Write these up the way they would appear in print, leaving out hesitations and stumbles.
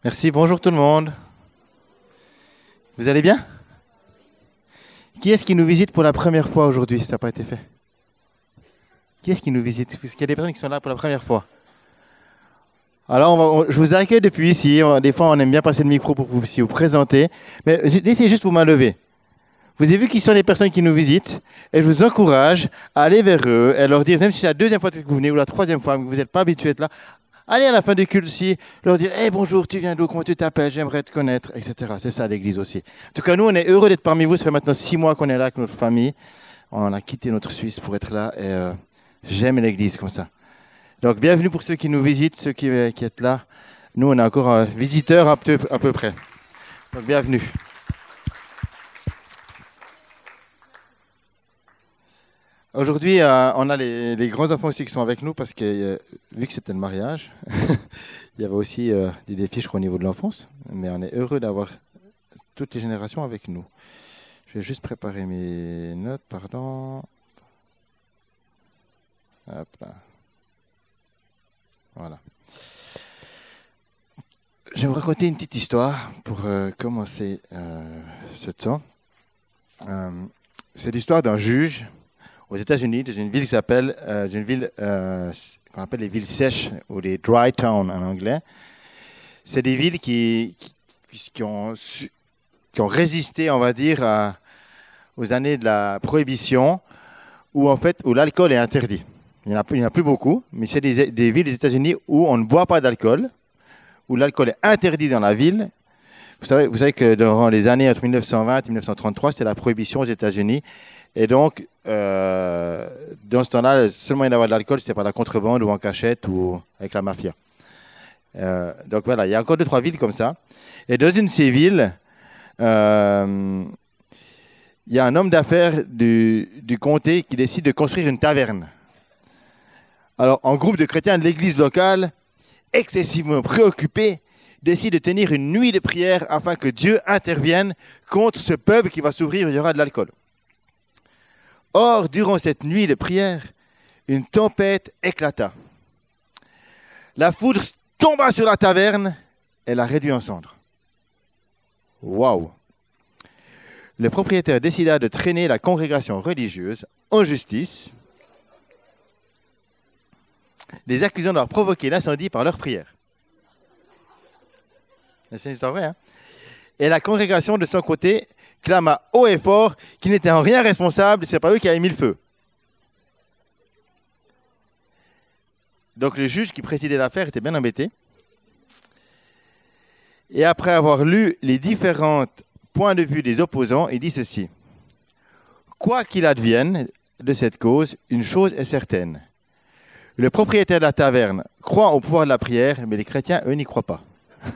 Merci, bonjour tout le monde. Vous allez bien? Qui est-ce qui nous visite pour la première fois aujourd'hui? Ça n'a pas été fait. Qui est-ce qui nous visite? Parce qu'il y a des personnes qui sont là pour la première fois. Alors, je vous accueille depuis ici. Des fois, on aime bien passer le micro pour que vous puissiez vous présenter. Mais laissez juste vos mains levées. Vous avez vu qui sont les personnes qui nous visitent? Et je vous encourage à aller vers eux et leur dire, même si c'est la deuxième fois que vous venez ou la troisième fois que vous n'êtes pas habitué à être là, allez à la fin du culte aussi, leur dire hey, « bonjour, tu viens d'où, comment tu t'appelles, j'aimerais te connaître », etc. C'est ça l'église aussi. En tout cas, nous, on est heureux d'être parmi vous. Ça fait maintenant 6 mois qu'on est là avec notre famille. On a quitté notre Suisse pour être là et j'aime l'église comme ça. Donc, bienvenue pour ceux qui nous visitent, ceux qui êtes là. Nous, on est encore visiteurs à peu près. Donc, bienvenue. Aujourd'hui, on a les grands-enfants aussi qui sont avec nous parce que, vu que c'était le mariage, il y avait aussi des défis, je crois, au niveau de l'enfance. Mais on est heureux d'avoir toutes les générations avec nous. Je vais juste préparer mes notes, pardon. Hop là. Voilà. Je vais vous raconter une petite histoire pour commencer ce temps. C'est l'histoire d'un juge aux États-Unis, dans une ville qui s'appelle, qu'on appelle les villes sèches ou les dry towns en anglais. C'est des villes qui ont résisté, on va dire, aux années de la prohibition, où l'alcool est interdit. Il n'y en a plus beaucoup, mais c'est des villes des États-Unis où on ne boit pas d'alcool, où l'alcool est interdit dans la ville. Vous savez que durant les années entre 1920 et 1933, c'était la prohibition aux États-Unis. Et donc, dans ce temps-là, le seul moyen d'avoir de l'alcool, c'était par la contrebande ou en cachette ou avec la mafia. Donc voilà, il y a encore 2-3 villes comme ça. Et dans une de ces villes, il y a un homme d'affaires du comté qui décide de construire une taverne. Alors, un groupe de chrétiens de l'église locale, excessivement préoccupés, décide de tenir une nuit de prière afin que Dieu intervienne contre ce pub qui va s'ouvrir où il y aura de l'alcool. Or, durant cette nuit de prière, une tempête éclata. La foudre tomba sur la taverne et la réduit en cendres. Waouh! Le propriétaire décida de traîner la congrégation religieuse en justice, les accusant d'avoir provoqué l'incendie par leur prière. C'est une histoire vraie, hein? Et la congrégation, de son côté, clama haut et fort qu'ils n'étaient en rien responsables, ce n'est pas eux qui avaient mis le feu. Donc le juge qui présidait l'affaire était bien embêté. Et après avoir lu les différents points de vue des opposants, il dit ceci. Quoi qu'il advienne de cette cause, une chose est certaine. Le propriétaire de la taverne croit au pouvoir de la prière, mais les chrétiens, eux, n'y croient pas.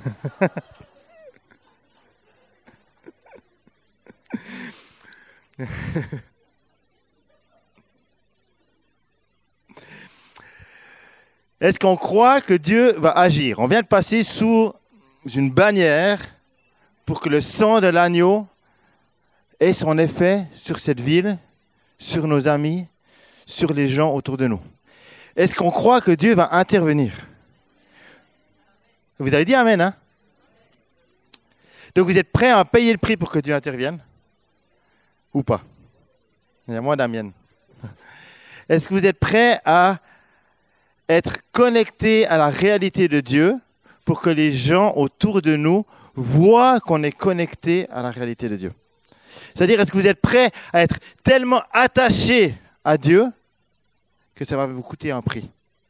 Est-ce qu'on croit que Dieu va agir? On vient de passer sous une bannière pour que le sang de l'agneau ait son effet sur cette ville, sur nos amis, sur les gens autour de nous. Est-ce qu'on croit que Dieu va intervenir? Vous avez dit Amen, hein? Donc vous êtes prêts à payer le prix pour que Dieu intervienne? Ou pas? Il y a moins d'Amen. Est-ce que vous êtes prêts à être connectés à la réalité de Dieu pour que les gens autour de nous voient qu'on est connectés à la réalité de Dieu? C'est-à-dire, est-ce que vous êtes prêts à être tellement attachés à Dieu que ça va vous coûter un prix?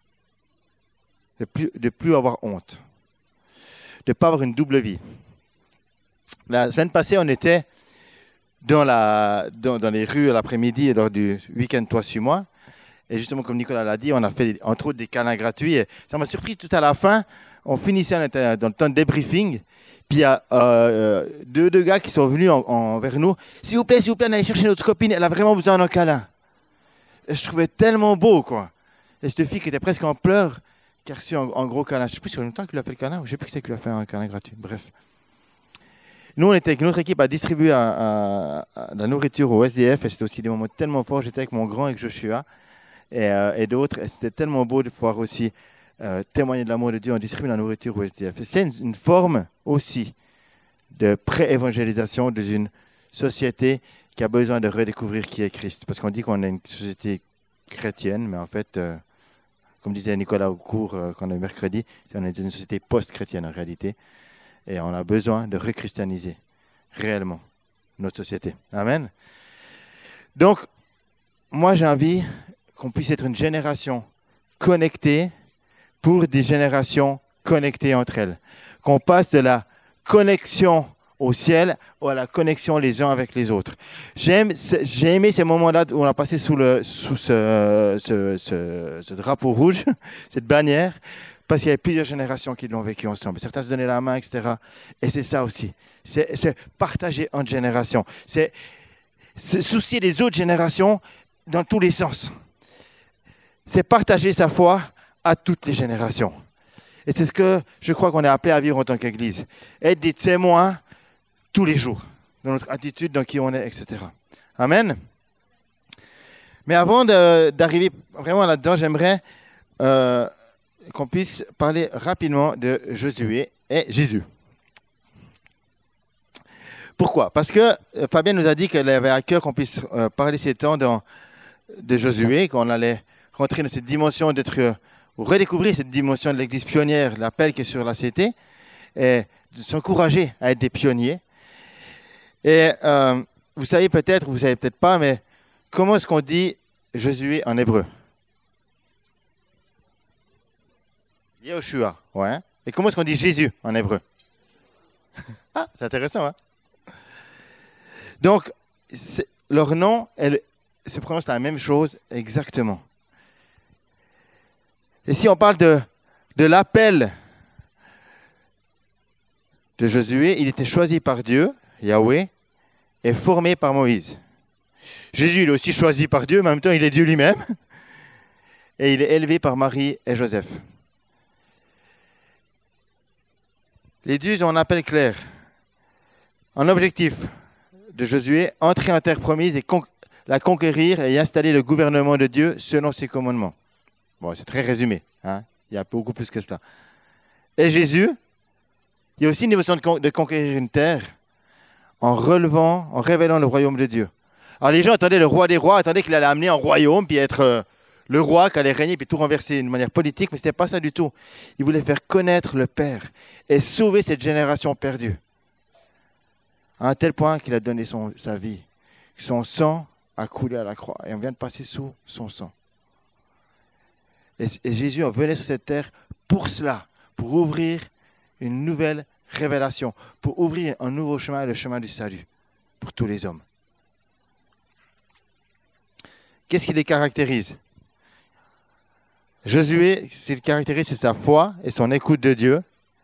De plus avoir honte. De ne pas avoir une double vie. La semaine passée, on était dans les rues à l'après-midi lors du week-end Toi suis moi. Et justement, comme Nicolas l'a dit, on a fait entre autres des câlins gratuits. Et ça m'a surpris tout à la fin. On finissait, on était dans le temps de débriefing. Puis il y a deux gars qui sont venus vers nous. S'il vous plaît, on allait chercher notre copine. Elle a vraiment besoin d'un câlin. Et je trouvais tellement beau, quoi. Et cette fille qui était presque en pleurs, qui a reçu un gros câlin. Je ne sais plus si c'est longtemps qu'il lui a fait le câlin ou je ne sais plus qui c'est qui lui a fait un câlin gratuit. Bref. Nous, on était avec notre équipe à distribuer la nourriture au SDF. Et c'était aussi des moments tellement forts. J'étais avec mon grand, avec Joshua et d'autres. Et c'était tellement beau de pouvoir aussi témoigner de l'amour de Dieu, on distribue la nourriture au SDF. C'est une forme aussi de pré-évangélisation dans une société qui a besoin de redécouvrir qui est Christ. Parce qu'on dit qu'on est une société chrétienne, mais en fait, comme disait Nicolas au cours qu'on a eu mercredi, on est une société post-chrétienne en réalité. Et on a besoin de rechristianiser réellement notre société. Amen. Donc, moi j'ai envie qu'on puisse être une génération connectée pour des générations connectées entre elles. Qu'on passe de la connexion au ciel ou à la connexion les uns avec les autres. J'ai aimé ces moments-là où on a passé sous ce drapeau rouge, cette bannière, parce qu'il y avait plusieurs générations qui l'ont vécu ensemble. Certains se donnaient la main, etc. Et c'est ça aussi. C'est partager entre générations. C'est soucier des autres générations dans tous les sens. C'est partager sa foi à toutes les générations. Et c'est ce que je crois qu'on est appelé à vivre en tant qu'Église. Être des témoins tous les jours, dans notre attitude, dans qui on est, etc. Amen. Mais avant d'arriver vraiment là-dedans, j'aimerais qu'on puisse parler rapidement de Josué et Jésus. Pourquoi? Parce que Fabienne nous a dit qu'elle avait à cœur qu'on puisse parler ces temps de Josué, qu'on allait rentrer dans cette dimension ou redécouvrir cette dimension de l'Église pionnière, l'appel qui est sur la CT, et de s'encourager à être des pionniers. Et vous savez peut-être, vous savez peut-être pas, mais comment est-ce qu'on dit Josué en hébreu? Yehoshua, ouais. Et comment est-ce qu'on dit Jésus en hébreu? Ah, c'est intéressant, hein? Donc, leur nom se prononce la même chose exactement. Et si on parle de l'appel de Josué, il était choisi par Dieu, Yahweh, et formé par Moïse. Jésus, il est aussi choisi par Dieu, mais en même temps, il est Dieu lui-même. Et il est élevé par Marie et Joseph. Les dieux ont un appel clair. Un objectif de Josué, entrer en terre promise et la conquérir et y installer le gouvernement de Dieu selon ses commandements. Bon, c'est très résumé, hein? Il y a beaucoup plus que cela. Et Jésus, il y a aussi une dimension de conquérir une terre en révélant le royaume de Dieu. Alors les gens attendaient le roi des rois, attendaient qu'il allait amener un royaume, puis être le roi qui allait régner, puis tout renverser d'une manière politique, mais ce n'était pas ça du tout. Il voulait faire connaître le Père et sauver cette génération perdue. À un tel point qu'il a donné sa vie. Son sang a coulé à la croix et on vient de passer sous son sang. Et Jésus venait sur cette terre pour cela, pour ouvrir une nouvelle révélation, pour ouvrir un nouveau chemin, le chemin du salut, pour tous les hommes. Qu'est-ce qui les caractérise? Josué, ce qui le caractérise, c'est sa foi et son écoute de Dieu.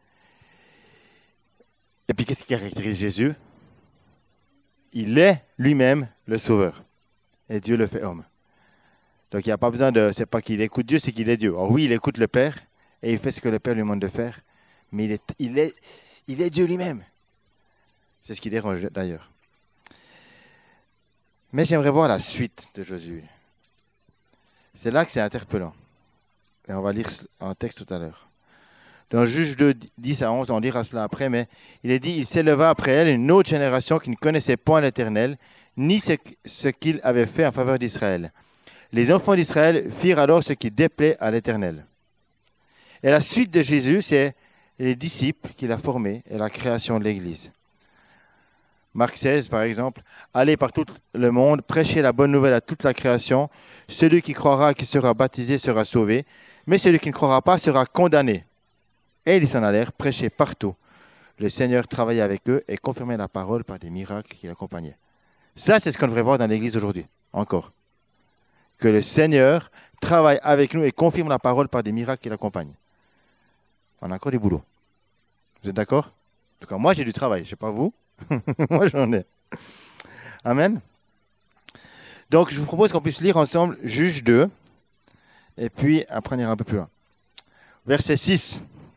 Et puis, qu'est-ce qui caractérise Jésus? Il est lui-même le Sauveur. Et Dieu le fait homme. Donc, il n'y a pas besoin c'est pas qu'il écoute Dieu, c'est qu'il est Dieu. Alors oui, il écoute le Père et il fait ce que le Père lui demande de faire. Mais il est Dieu lui-même. C'est ce qui dérange d'ailleurs. Mais j'aimerais voir la suite de Josué. C'est là que c'est interpellant. Et on va lire un texte tout à l'heure. Dans Juge 2, 10 à 11, on lira cela après, mais il est dit, il s'éleva après elle une autre génération qui ne connaissait point l'Éternel, ni ce qu'il avait fait en faveur d'Israël. Les enfants d'Israël firent alors ce qui déplaît à l'Éternel. Et la suite de Jésus, c'est les disciples qu'il a formés et la création de l'Église. Marc 16, par exemple, « Allez par tout le monde, prêchez la bonne nouvelle à toute la création. Celui qui croira et qui sera baptisé sera sauvé, mais celui qui ne croira pas sera condamné. » Et ils s'en allèrent prêcher partout. Le Seigneur travaillait avec eux et confirmait la parole par des miracles qui l'accompagnaient. Ça, c'est ce qu'on devrait voir dans l'Église aujourd'hui, encore. Que le Seigneur travaille avec nous et confirme la parole par des miracles qui l'accompagnent. On a encore du boulot. Vous êtes d'accord? En tout cas, moi, j'ai du travail. Je ne sais pas vous. Moi, j'en ai. Amen. Donc, je vous propose qu'on puisse lire ensemble Juge 2. Et puis, après, on ira un peu plus loin. Verset 6.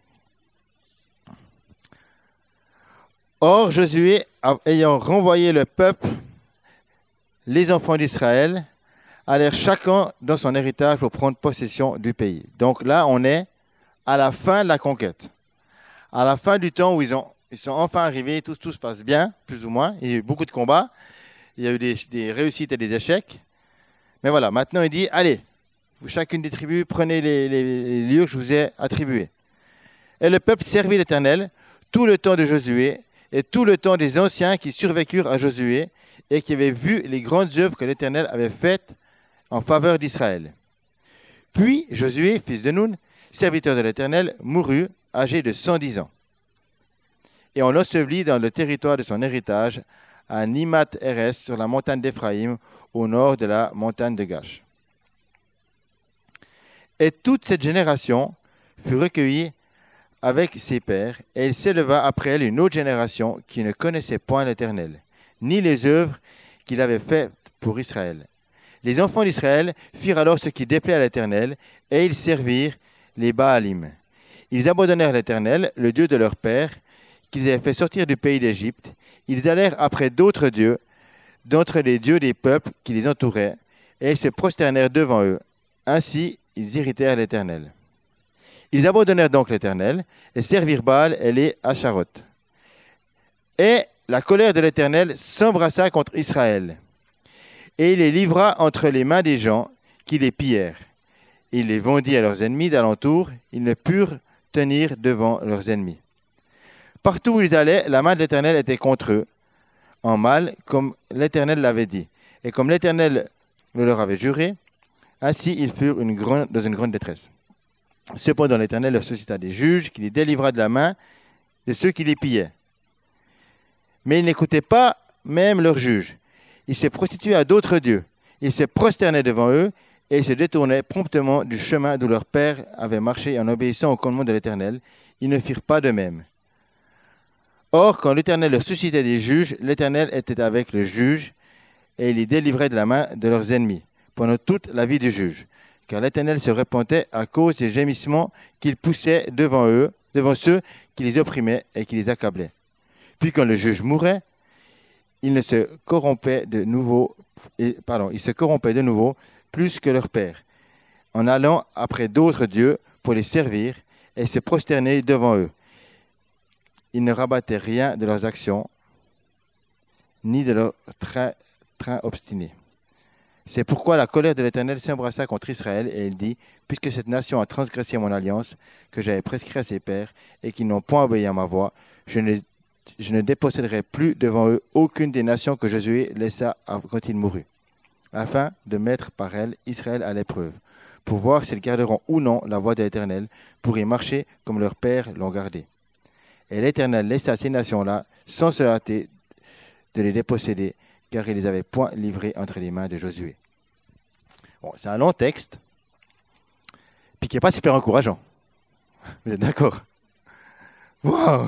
Or, Josué, ayant renvoyé le peuple, les enfants d'Israël, allèrent chacun dans son héritage pour prendre possession du pays. Donc là, on est à la fin de la conquête. À la fin du temps où ils sont enfin arrivés, tout se passe bien, plus ou moins. Il y a eu beaucoup de combats, il y a eu des réussites et des échecs. Mais voilà, maintenant il dit, allez, vous, chacune des tribus, prenez les lieux que je vous ai attribués. Et le peuple servit l'Éternel tout le temps de Josué et tout le temps des anciens qui survécurent à Josué et qui avaient vu les grandes œuvres que l'Éternel avait faites en faveur d'Israël. Puis Josué, fils de Nun, serviteur de l'Éternel, mourut, âgé de 110 ans. Et on l'ensevelit dans le territoire de son héritage, à Nimat-Eres, sur la montagne d'Éphraïm, au nord de la montagne de Gash. Et toute cette génération fut recueillie avec ses pères, et il s'éleva après elle une autre génération qui ne connaissait point l'Éternel, ni les œuvres qu'il avait faites pour Israël. Les enfants d'Israël firent alors ce qui déplaît à l'Éternel, et ils servirent les Baalim. Ils abandonnèrent l'Éternel, le Dieu de leur père, qu'ils avaient fait sortir du pays d'Égypte. Ils allèrent après d'autres dieux, d'entre les dieux des peuples qui les entouraient, et ils se prosternèrent devant eux. Ainsi, ils irritèrent l'Éternel. Ils abandonnèrent donc l'Éternel, et servirent Baal et les Asharoth. Et la colère de l'Éternel s'embrassa contre Israël, et il les livra entre les mains des gens qui les pillèrent. Il les vendit à leurs ennemis d'alentour, ils ne purent tenir devant leurs ennemis. Partout où ils allaient, la main de l'Éternel était contre eux, en mal, comme l'Éternel l'avait dit. Et comme l'Éternel le leur avait juré, ainsi ils furent dans une grande détresse. Cependant, l'Éternel leur suscita des juges qui les délivra de la main de ceux qui les pillaient. Mais ils n'écoutaient pas même leurs juges. Ils se prostituaient à d'autres dieux. Ils se prosternaient devant eux et ils se détournaient promptement du chemin d'où leur père avait marché en obéissant au commandement de l'Éternel. Ils ne firent pas de même. Or, quand l'Éternel leur suscitait des juges, l'Éternel était avec le juge et il les délivrait de la main de leurs ennemis pendant toute la vie du juge. Car l'Éternel se repentait à cause des gémissements qu'il poussait devant ceux qui les opprimaient et qui les accablaient. Puis quand le juge mourait, il se corrompait de nouveau plus que leur père, en allant après d'autres dieux pour les servir et se prosterner devant eux. Ils ne rabattaient rien de leurs actions, ni de leur train obstiné. C'est pourquoi la colère de l'Éternel s'embrassa contre Israël, et il dit, puisque cette nation a transgressé mon alliance, que j'avais prescrite à ses pères, et qu'ils n'ont point obéi à ma voix, je ne déposséderai plus devant eux aucune des nations que Josué laissa quand il mourut, afin de mettre par elles Israël à l'épreuve, pour voir s'ils garderont ou non la voie de l'Éternel, pour y marcher comme leurs pères l'ont gardé. Et l'Éternel laissa ces nations-là, sans se hâter de les déposséder, car il les avait point livrés entre les mains de Josué. Bon, c'est un long texte, puis qui n'est pas super encourageant. Vous êtes d'accord? Wow.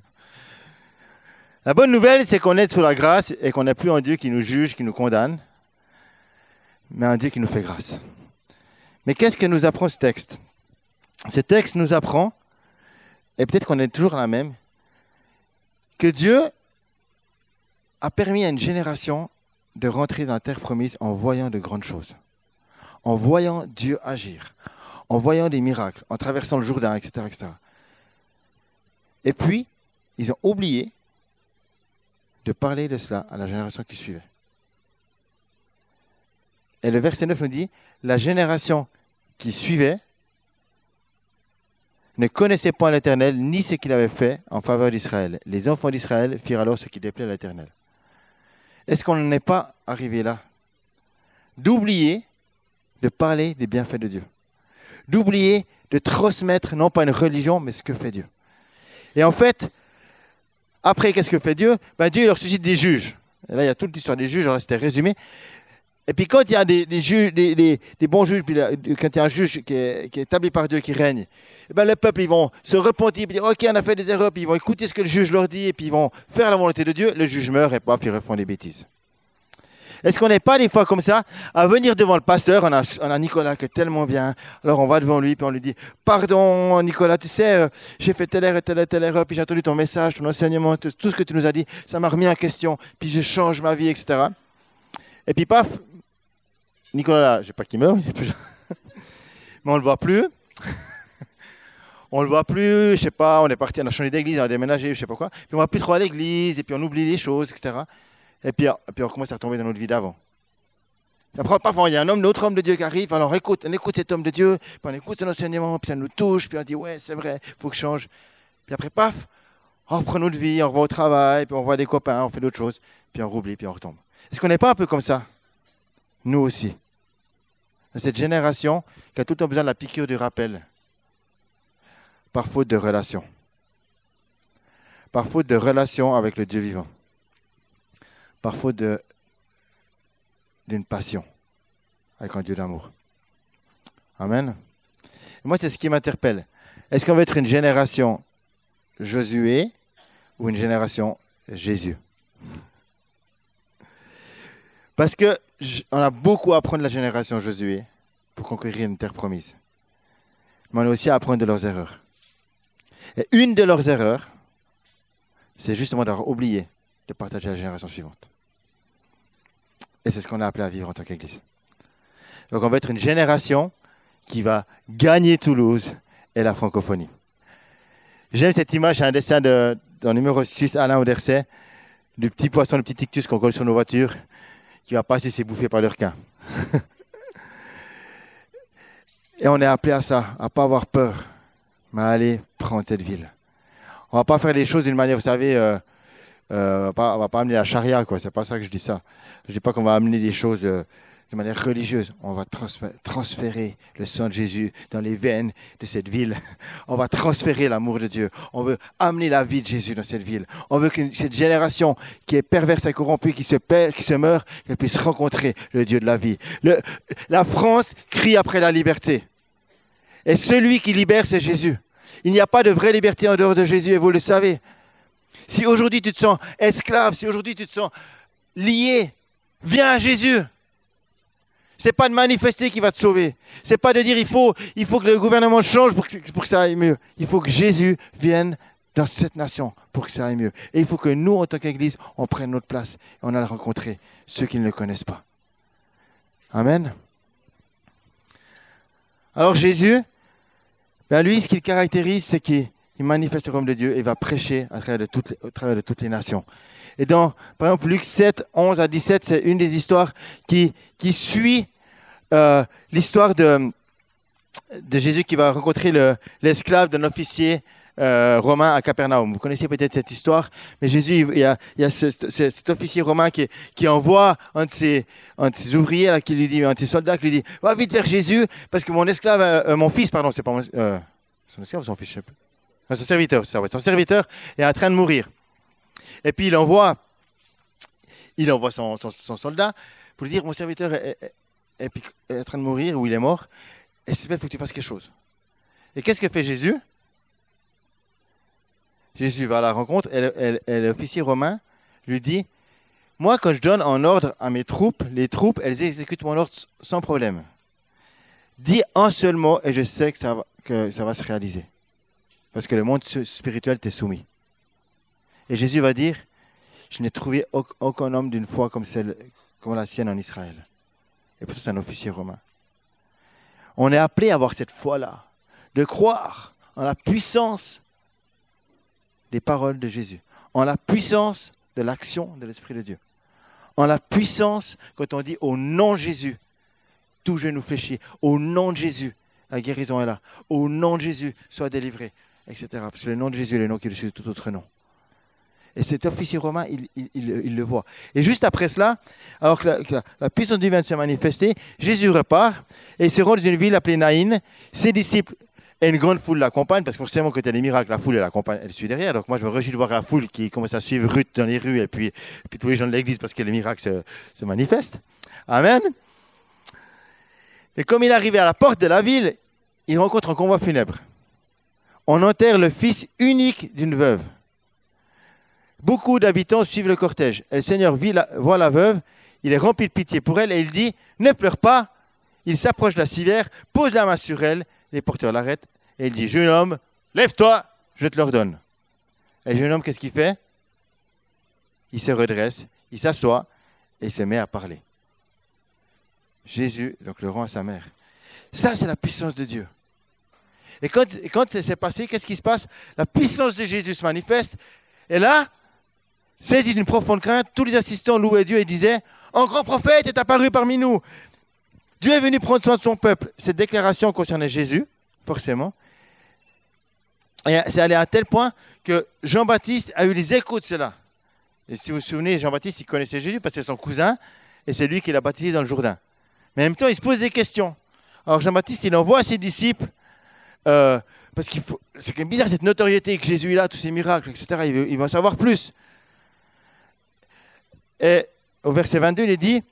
La bonne nouvelle, c'est qu'on est sous la grâce et qu'on n'a plus un Dieu qui nous juge, qui nous condamne, mais un Dieu qui nous fait grâce. Mais qu'est-ce que nous apprend ce texte? Ce texte nous apprend, et peut-être qu'on est toujours la même, que Dieu a permis à une génération de rentrer dans la terre promise en voyant de grandes choses, en voyant Dieu agir, en voyant des miracles, en traversant le Jourdain, etc., etc. Et puis, ils ont oublié de parler de cela à la génération qui suivait. Et le verset 9 nous dit, la génération qui suivait ne connaissait point l'Éternel, ni ce qu'il avait fait en faveur d'Israël. Les enfants d'Israël firent alors ce qui déplaît à l'Éternel. Est-ce qu'on n'est pas arrivé là? D'oublier de parler des bienfaits de Dieu. D'oublier de transmettre, non pas une religion, mais ce que fait Dieu. Et en fait, après, qu'est-ce que fait Dieu? Dieu leur suscite des juges. Et là, il y a toute l'histoire des juges, alors là, c'était résumé. Et puis quand il y a des juges, des bons juges, puis quand il y a un juge qui est établi par Dieu, qui règne, le peuple, ils vont se repentir, puis dire, ok, on a fait des erreurs, puis ils vont écouter ce que le juge leur dit, et puis ils vont faire la volonté de Dieu. Le juge meurt, et paf, ils refont des bêtises. Est-ce qu'on n'est pas des fois comme ça, à venir devant le pasteur, on a Nicolas qui est tellement bien, alors on va devant lui, puis on lui dit, pardon Nicolas, tu sais, j'ai fait telle erreur, telle erreur, puis j'ai entendu ton message, ton enseignement, tout ce que tu nous as dit, ça m'a remis en question, puis je change ma vie, etc. Et puis paf, Nicolas, je ne sais pas qu'il meurt, mais on ne le voit plus. on ne le voit plus, je sais pas, on est parti, on a changé d'église, on a déménagé, je sais pas quoi, puis on ne va plus trop à l'église, et puis on oublie les choses, etc. Et puis on commence à retomber dans notre vie d'avant. Après, parfois, il y a un autre homme de Dieu qui arrive, alors on écoute cet homme de Dieu, puis on écoute son enseignement, puis ça nous touche, puis on dit, ouais, c'est vrai, il faut que je change. Puis après, paf, on reprend notre vie, on va au travail, puis on voit des copains, on fait d'autres choses, puis on oublie, puis on retombe. Est-ce qu'on n'est pas un peu comme ça? Nous aussi. Dans cette génération qui a tout le temps besoin de la piqûre du rappel, par faute de relation. Par faute de relation avec le Dieu vivant. Par faute d'une passion avec un Dieu d'amour. Amen. Et moi, c'est ce qui m'interpelle. Est-ce qu'on veut être une génération Josué ou une génération Jésus? Parce qu'on a beaucoup à apprendre de la génération Josué pour conquérir une terre promise. Mais on a aussi à apprendre de leurs erreurs. Et une de leurs erreurs, c'est justement d'avoir oublié de partager à la génération suivante. Et c'est ce qu'on a appelé à vivre en tant qu'Église. Donc on va être une génération qui va gagner Toulouse et la francophonie. J'aime cette image, c'est un dessin d'un numéro suisse, Alain Auderset, du petit poisson, le petit ictus qu'on colle sur nos voitures, qui va passer s'est bouffé par le requin. Et on est appelé à ça, à ne pas avoir peur, mais à aller prendre cette ville. On ne va pas faire les choses d'une manière, vous savez, on ne va pas amener la charia, quoi. C'est pas ça que je dis ça. Je ne dis pas qu'on va amener des choses de manière religieuse. On va transférer le sang de Jésus dans les veines de cette ville. On va transférer l'amour de Dieu. On veut amener la vie de Jésus dans cette ville. On veut que cette génération qui est perverse et corrompue, qui se perd, qui se meurt, qu'elle puisse rencontrer le Dieu de la vie. La France crie après la liberté. Et celui qui libère, c'est Jésus. Il n'y a pas de vraie liberté en dehors de Jésus, et vous le savez. Si aujourd'hui tu te sens esclave, si aujourd'hui tu te sens lié, viens à Jésus. Ce n'est pas de manifester qui va te sauver. Ce n'est pas de dire il faut que le gouvernement change pour que ça aille mieux. Il faut que Jésus vienne dans cette nation pour que ça aille mieux. Et il faut que nous, en tant qu'Église, on prenne notre place et on aille rencontrer ceux qui ne le connaissent pas. Amen. Alors Jésus, lui, ce qu'il caractérise, c'est qu'il manifeste le royaume de Dieu et va prêcher au travers de toutes les nations. Et dans, par exemple, Luc 7, 11 à 17, c'est une des histoires qui suit l'histoire de Jésus qui va rencontrer l'esclave d'un officier romain à Capernaum. Vous connaissez peut-être cette histoire, mais Jésus, il y a cet officier romain qui envoie un de ses ouvriers, là, qui lui dit, un de ses soldats qui lui dit, va vite vers Jésus, parce que mon esclave, mon fils, pardon, c'est pas son esclave ou son fils, je sais plus. Son serviteur, ça, ouais, son serviteur est en train de mourir. Et puis il envoie son soldat pour lui dire, mon serviteur est en train de mourir ou il est mort, et c'est il faut que tu fasses quelque chose. Et qu'est-ce que fait Jésus? Jésus va à la rencontre et l'officier romain lui dit, moi quand je donne un ordre à mes troupes, les troupes, elles exécutent mon ordre sans problème. Dis un seul mot et je sais que ça va se réaliser. Parce que le monde spirituel t'est soumis. Et Jésus va dire, je n'ai trouvé aucun homme d'une foi comme la sienne en Israël. Et pour ça, c'est un officier romain. On est appelé à avoir cette foi-là, de croire en la puissance des paroles de Jésus, en la puissance de l'action de l'Esprit de Dieu, en la puissance quand on dit au nom de Jésus, tout genou fléchit, au nom de Jésus, la guérison est là, au nom de Jésus, sois délivré, etc. Parce que le nom de Jésus est le nom qui est au-dessus de tout autre nom. Et cet officier romain, il le voit. Et juste après cela, alors que la puissance de Dieu vient de se manifester, Jésus repart et il se rend dans une ville appelée Naïn. Ses disciples et une grande foule l'accompagnent, parce que forcément, quand il y a des miracles, la foule, elle suit derrière. Donc moi, je me réjouis de voir la foule qui commence à suivre Ruth dans les rues et puis tous les gens de l'église parce que les miracles se manifestent. Amen. Et comme il est arrivé à la porte de la ville, il rencontre un convoi funèbre. On enterre le fils unique d'une veuve. Beaucoup d'habitants suivent le cortège. Et le Seigneur voit la veuve, il est rempli de pitié pour elle et il dit, ne pleure pas. Il s'approche de la civière, pose la main sur elle, les porteurs l'arrêtent et il dit, jeune homme, lève-toi, je te l'ordonne. Et le jeune homme, qu'est-ce qu'il fait? Il se redresse, il s'assoit et il se met à parler. Jésus, donc, le rend à sa mère. Ça, c'est la puissance de Dieu. Et quand c'est passé, qu'est-ce qui se passe? La puissance de Jésus se manifeste. Et là, saisi d'une profonde crainte, tous les assistants louaient Dieu et disaient « Un grand prophète est apparu parmi nous. Dieu est venu prendre soin de son peuple. » Cette déclaration concernait Jésus, forcément. Et c'est allé à tel point que Jean-Baptiste a eu les échos de cela. Et si vous vous souvenez, Jean-Baptiste, il connaissait Jésus parce que c'est son cousin et c'est lui qui l'a baptisé dans le Jourdain. Mais en même temps, il se pose des questions. Alors Jean-Baptiste, il envoie à ses disciples, parce c'est quand même bizarre cette notoriété que Jésus est là, tous ses miracles, etc. Il veut en savoir plus. Et au verset 22, il est dit,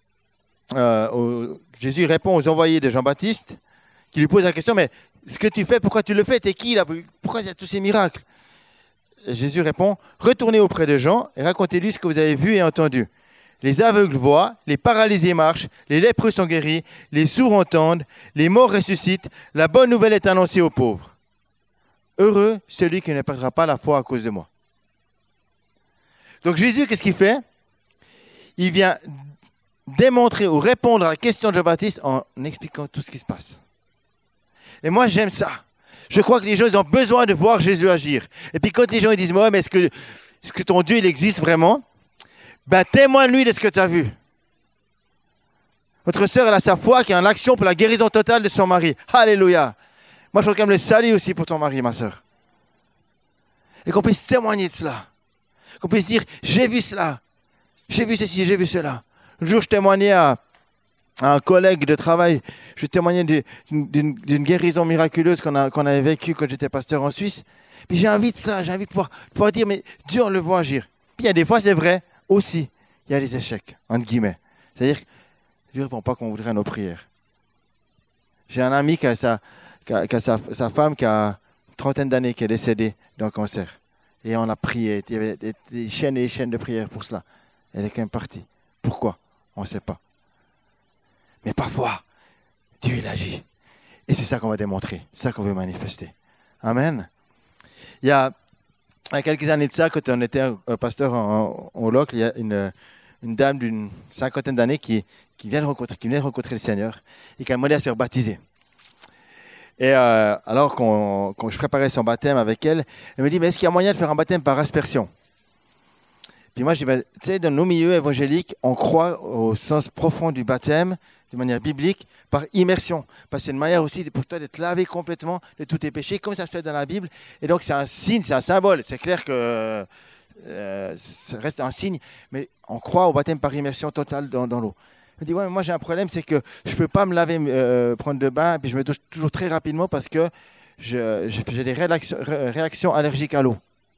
Jésus répond aux envoyés de Jean-Baptiste, qui lui posent la question, mais ce que tu fais, pourquoi tu le fais? T'es qui là? Pourquoi il y a tous ces miracles? Et Jésus répond, retournez auprès de Jean et racontez-lui ce que vous avez vu et entendu. Les aveugles voient, les paralysés marchent, les lépreux sont guéris, les sourds entendent, les morts ressuscitent, la bonne nouvelle est annoncée aux pauvres. Heureux celui qui ne perdra pas la foi à cause de moi. Donc Jésus, qu'est-ce qu'il fait? Il vient démontrer ou répondre à la question de Jean-Baptiste en expliquant tout ce qui se passe. Et moi, j'aime ça. Je crois que les gens ils ont besoin de voir Jésus agir. Et puis quand les gens ils disent, ouais, mais est-ce que ton Dieu, il existe vraiment? Ben, témoigne-lui de ce que tu as vu. Votre sœur, elle a sa foi qui est en action pour la guérison totale de son mari. Alléluia. Moi, je proclame le salut aussi pour ton mari, ma sœur. Et qu'on puisse témoigner de cela. Qu'on puisse dire, j'ai vu cela. J'ai vu ceci, j'ai vu cela. Le jour, je témoignais à un collègue de travail, je témoignais d'une guérison miraculeuse qu'on avait vécue quand j'étais pasteur en Suisse. Puis j'ai envie de ça, j'ai envie de pouvoir dire, mais Dieu, on le voit agir. Puis il y a des fois, c'est vrai, aussi, il y a des échecs, entre guillemets. C'est-à-dire que Dieu ne répond pas comme on voudrait à nos prières. J'ai un ami qui a sa femme qui a une trentaine d'années qui est décédée d'un cancer. Et on a prié, il y avait des chaînes et des chaînes de prières pour cela. Elle est quand même partie. Pourquoi? On ne sait pas. Mais parfois, Dieu il agit. Et c'est ça qu'on va démontrer. C'est ça qu'on veut manifester. Amen. Il y a quelques années de ça, quand on était pasteur au Locle, il y a une dame d'une cinquantaine d'années qui venait de rencontrer le Seigneur et qui a demandé à se faire baptiser. Et alors quand je préparais son baptême avec elle, elle me dit, mais est-ce qu'il y a moyen de faire un baptême par aspersion? Puis moi, je dis, ben, tu sais, dans nos milieux évangéliques, on croit au sens profond du baptême, de manière biblique, par immersion. Parce que c'est une manière aussi pour toi d'être lavé complètement de tous tes péchés, comme ça se fait dans la Bible. Et donc, c'est un signe, c'est un symbole. C'est clair que ça reste un signe, mais on croit au baptême par immersion totale dans l'eau. Je me dis, ouais, mais moi, j'ai un problème, c'est que je ne peux pas me laver, prendre de bain, puis je me touche toujours très rapidement parce que j'ai des réactions allergiques à l'eau.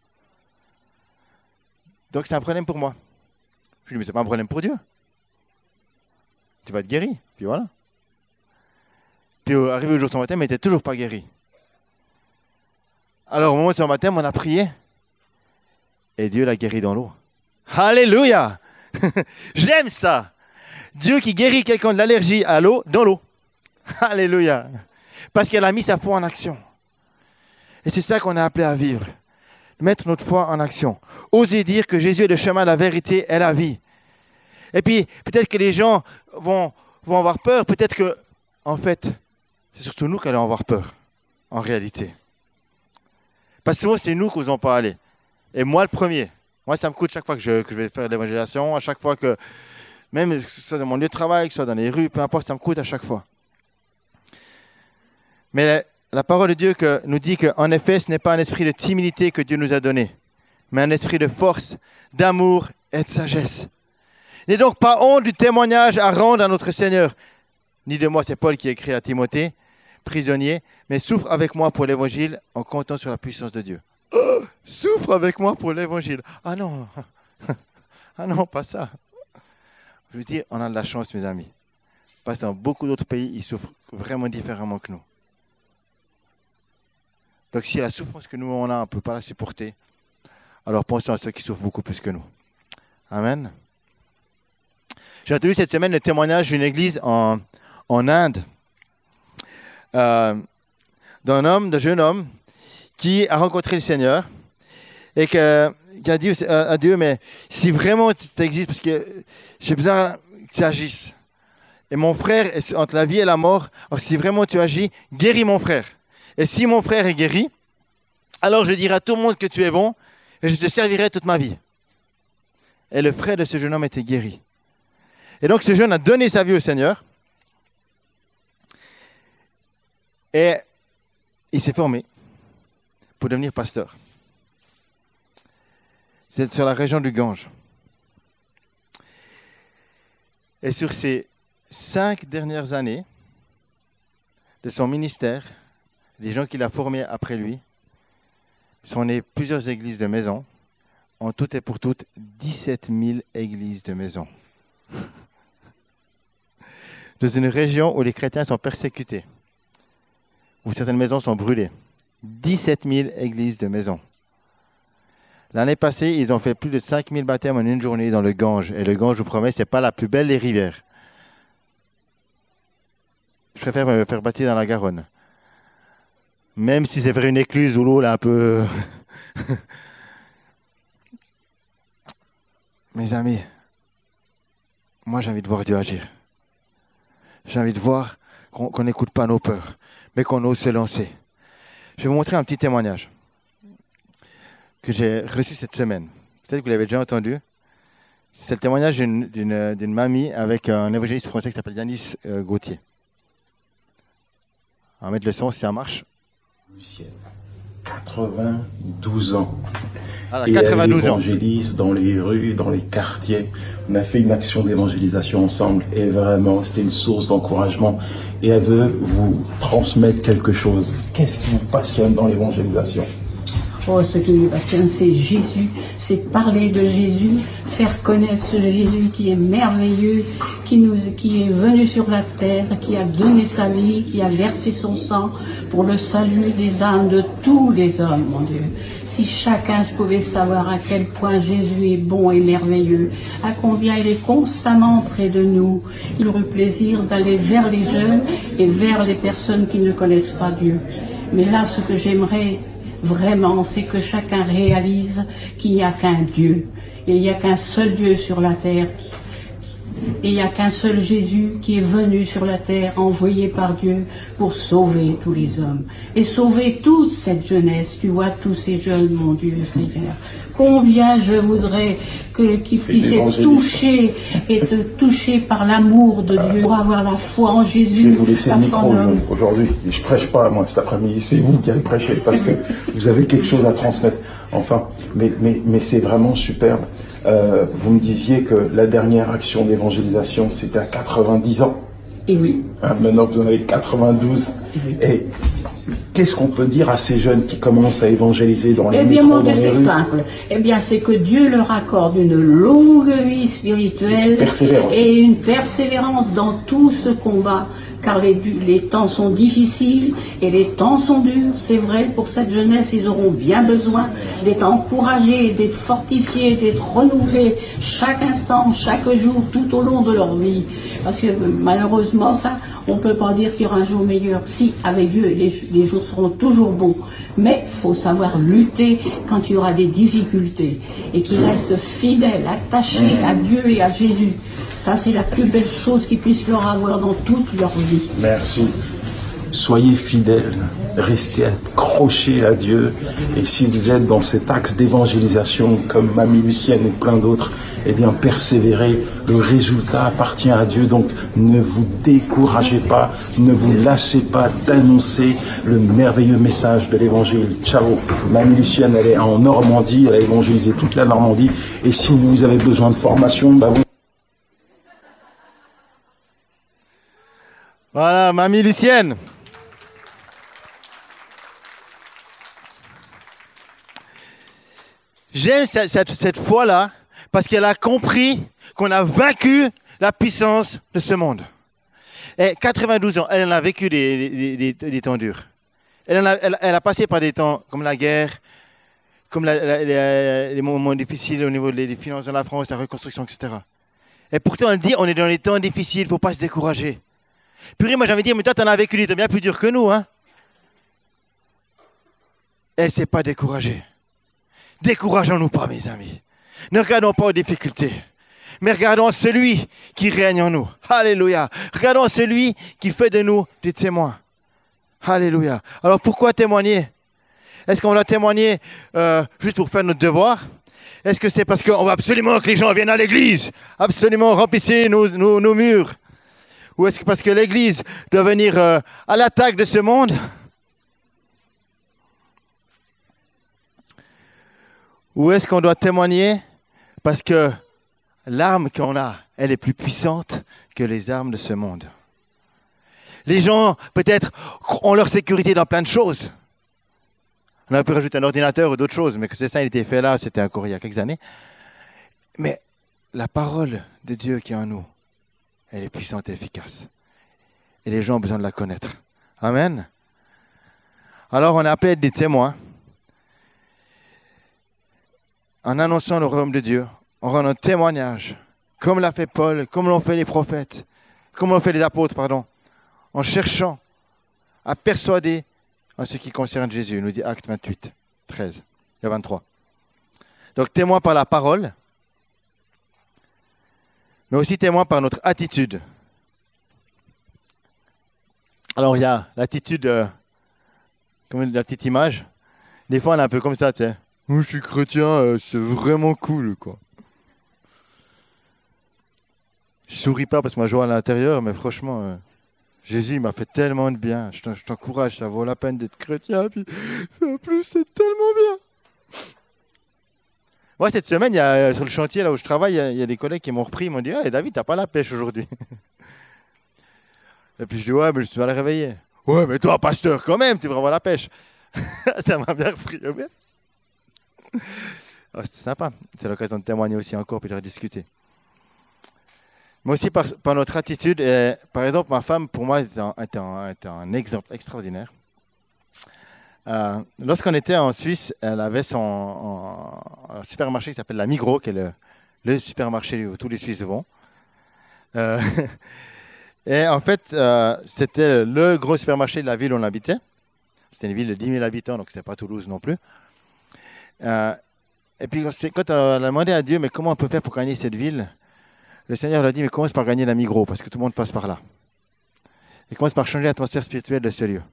Donc, c'est un problème pour moi. Je lui dis, mais ce n'est pas un problème pour Dieu. Tu vas être guéri. Puis voilà. Puis, arrivé au jour de son baptême, elle n'était toujours pas guérie. Alors, au moment de son baptême, on a prié. Et Dieu l'a guéri dans l'eau. Alléluia. J'aime ça. Dieu qui guérit quelqu'un de l'allergie à l'eau, dans l'eau. Alléluia. Parce qu'elle a mis sa foi en action. Et c'est ça qu'on est appelé à vivre. Mettre notre foi en action. Oser dire que Jésus est le chemin, la vérité et la vie. Et puis, peut-être que les gens vont avoir peur. Peut-être que, en fait, c'est surtout nous qui allons avoir peur, en réalité. Parce que souvent, c'est nous qui n'osons pas aller. Et moi, le premier. Moi, ça me coûte chaque fois que je vais faire l'évangélisation, à chaque fois que, même que ce soit dans mon lieu de travail, que ce soit dans les rues, peu importe, ça me coûte à chaque fois. Mais la parole de Dieu nous dit qu'en effet, ce n'est pas un esprit de timidité que Dieu nous a donné, mais un esprit de force, d'amour et de sagesse. Il n'est donc pas honte du témoignage à rendre à notre Seigneur. Ni de moi, c'est Paul qui écrit à Timothée, prisonnier, mais souffre avec moi pour l'évangile en comptant sur la puissance de Dieu. Oh, souffre avec moi pour l'évangile. Ah non, pas ça. Je veux dire, on a de la chance, mes amis. Parce que dans beaucoup d'autres pays, ils souffrent vraiment différemment que nous. Donc si la souffrance que nous on a, on ne peut pas la supporter, alors pensons à ceux qui souffrent beaucoup plus que nous. Amen. J'ai entendu cette semaine le témoignage d'une église en Inde, d'un jeune homme qui a rencontré le Seigneur et qui a dit à Dieu, mais si vraiment tu existes, parce que j'ai besoin que tu agisses. Et mon frère est entre la vie et la mort, alors si vraiment tu agis, guéris mon frère. Et si mon frère est guéri, alors je dirai à tout le monde que tu es bon et je te servirai toute ma vie. » Et le frère de ce jeune homme était guéri. Et donc ce jeune a donné sa vie au Seigneur. Et il s'est formé pour devenir pasteur. C'est sur la région du Gange. Et sur ces 5 dernières années de son ministère, les gens qu'il a formés après lui, sont nés plusieurs églises de maison. En tout et pour toutes, 17 000 églises de maison. Dans une région où les chrétiens sont persécutés, où certaines maisons sont brûlées. 17 000 églises de maison. L'année passée, ils ont fait plus de 5 000 baptêmes en une journée dans le Gange. Et le Gange, je vous promets, ce n'est pas la plus belle des rivières. Je préfère me faire baptiser dans la Garonne. Même si c'est vers une écluse où l'eau est un peu... Mes amis, moi j'ai envie de voir Dieu agir. J'ai envie de voir qu'on n'écoute pas nos peurs, mais qu'on ose se lancer. Je vais vous montrer un petit témoignage que j'ai reçu cette semaine. Peut-être que vous l'avez déjà entendu. C'est le témoignage d'une mamie avec un évangéliste français qui s'appelle Yanis Gauthier. On va mettre le son si ça marche. Lucienne, 92 ans. Ah, et 92 elle ans. évangélise dans les rues, dans les quartiers. On a fait une action d'évangélisation ensemble et vraiment, c'était une source d'encouragement. Et elle veut vous transmettre quelque chose. Qu'est-ce qui vous passionne dans l'évangélisation ? Oh, ce qui me passionne, c'est Jésus, c'est parler de Jésus, faire connaître ce Jésus qui est merveilleux, qui est venu sur la terre, qui a donné sa vie, qui a versé son sang pour le salut des âmes de tous les hommes, mon Dieu. Si chacun pouvait savoir à quel point Jésus est bon et merveilleux, à combien il est constamment près de nous, il aurait plaisir d'aller vers les jeunes et vers les personnes qui ne connaissent pas Dieu. Mais là, ce que j'aimerais vraiment, c'est que chacun réalise qu'il n'y a qu'un Dieu. Et il n'y a qu'un seul Dieu sur la terre. Et il n'y a qu'un seul Jésus qui est venu sur la terre, envoyé par Dieu pour sauver tous les hommes. Et sauver toute cette jeunesse. Tu vois, tous ces jeunes, mon Dieu, Seigneur. Combien je voudrais qu'ils puissent être touchés par l'amour de Dieu, pour avoir la foi en Jésus. Je vais vous laisser le micro aujourd'hui. Je ne prêche pas, moi, cet après-midi. C'est vous qui allez prêcher, parce que vous avez quelque chose à transmettre. Enfin, mais c'est vraiment superbe. Vous me disiez que la dernière action d'évangélisation, c'était à 90 ans. Et oui. Maintenant, vous en avez 92. Oui. Et qu'est-ce qu'on peut dire à ces jeunes qui commencent à évangéliser dans les métros, dans les rues ? C'est simple. Eh bien, c'est que Dieu leur accorde une longue vie spirituelle et une persévérance dans tout ce combat. Car les temps sont difficiles et les temps sont durs. C'est vrai, pour cette jeunesse, ils auront bien besoin d'être encouragés, d'être fortifiés, d'être renouvelés chaque instant, chaque jour, tout au long de leur vie. Parce que malheureusement, ça, on ne peut pas dire qu'il y aura un jour meilleur. Si, avec Dieu, les jours seront toujours bons. Mais il faut savoir lutter quand il y aura des difficultés. Et qu'ils restent fidèles, attachés à Dieu et à Jésus. Ça, c'est la plus belle chose qu'ils puissent leur avoir dans toute leur vie. Merci. Soyez fidèles, restez accrochés à Dieu. Et si vous êtes dans cet axe d'évangélisation, comme Mamie Lucienne et plein d'autres, eh bien, persévérez. Le résultat appartient à Dieu. Donc, ne vous découragez pas, ne vous lassez pas d'annoncer le merveilleux message de l'évangile. Ciao. Mamie Lucienne, elle est en Normandie, elle a évangélisé toute la Normandie. Et si vous avez besoin de formation, vous... Voilà, Mamie Lucienne. J'aime cette foi-là parce qu'elle a compris qu'on a vaincu la puissance de ce monde. Et 92 ans, elle en a vécu des temps durs. Elle a passé par des temps comme la guerre, comme les moments difficiles au niveau des finances de la France, la reconstruction, etc. Et pourtant, elle dit, on est dans les temps difficiles, il ne faut pas se décourager. Purée, moi j'avais dit, mais toi, tu en as vécu des temps bien plus durs que nous. Hein? Elle ne s'est pas découragée. Décourageons-nous pas, mes amis. Ne regardons pas aux difficultés, mais regardons celui qui règne en nous. Alléluia. Regardons celui qui fait de nous des témoins. Alléluia. Alors pourquoi témoigner? Est-ce qu'on doit témoigner juste pour faire notre devoir? Est-ce que c'est parce qu'on veut absolument que les gens viennent à l'église? Absolument remplissez nos murs? Ou est-ce que parce que l'église doit venir à l'attaque de ce monde? Ou est-ce qu'on doit témoigner parce que l'arme qu'on a, elle est plus puissante que les armes de ce monde? Les gens, peut-être, ont leur sécurité dans plein de choses. On aurait pu rajouter un ordinateur ou d'autres choses, mais que c'est ça, il était fait là, c'était encore il y a quelques années. Mais la parole de Dieu qui est en nous, elle est puissante et efficace. Et les gens ont besoin de la connaître. Amen. Alors, on a appelé à être des témoins. En annonçant le royaume de Dieu, on rend un témoignage, comme l'a fait Paul, comme l'ont fait les prophètes, comme l'ont fait les apôtres, en cherchant à persuader en ce qui concerne Jésus, nous dit Actes 28, 13 et 23. Donc témoin par la parole, mais aussi témoin par notre attitude. Alors il y a l'attitude, comme la petite image, des fois on est un peu comme ça, tu sais. Moi je suis chrétien, c'est vraiment cool, quoi. Je souris pas parce que ma joie à l'intérieur, mais franchement... Jésus m'a fait tellement de bien. Je t'encourage, ça vaut la peine d'être chrétien. Puis, en plus, c'est tellement bien. Moi, cette semaine, sur le chantier là où je travaille, il y a des collègues qui m'ont repris. Ils m'ont dit hey, David, t'as pas la pêche aujourd'hui. Et puis je dis ouais, mais je suis mal réveillé. Ouais, mais toi, pasteur, quand même, tu devrais avoir la pêche. Ça m'a bien repris. Oh, c'était sympa. C'est l'occasion de témoigner aussi encore puis de rediscuter. Mais aussi par notre attitude. Et, par exemple, ma femme, pour moi, était un exemple extraordinaire. Lorsqu'on était en Suisse, elle avait un supermarché qui s'appelle la Migros, qui est le supermarché où tous les Suisses vont. Et en fait, c'était le gros supermarché de la ville où on habitait. C'était une ville de 10 000 habitants, donc ce n'était pas Toulouse non plus. Et puis, quand on a demandé à Dieu, mais comment on peut faire pour gagner cette ville? Le Seigneur lui a dit, mais commence par gagner la Migros, parce que tout le monde passe par là. Et commence par changer l'atmosphère spirituelle de ce lieu.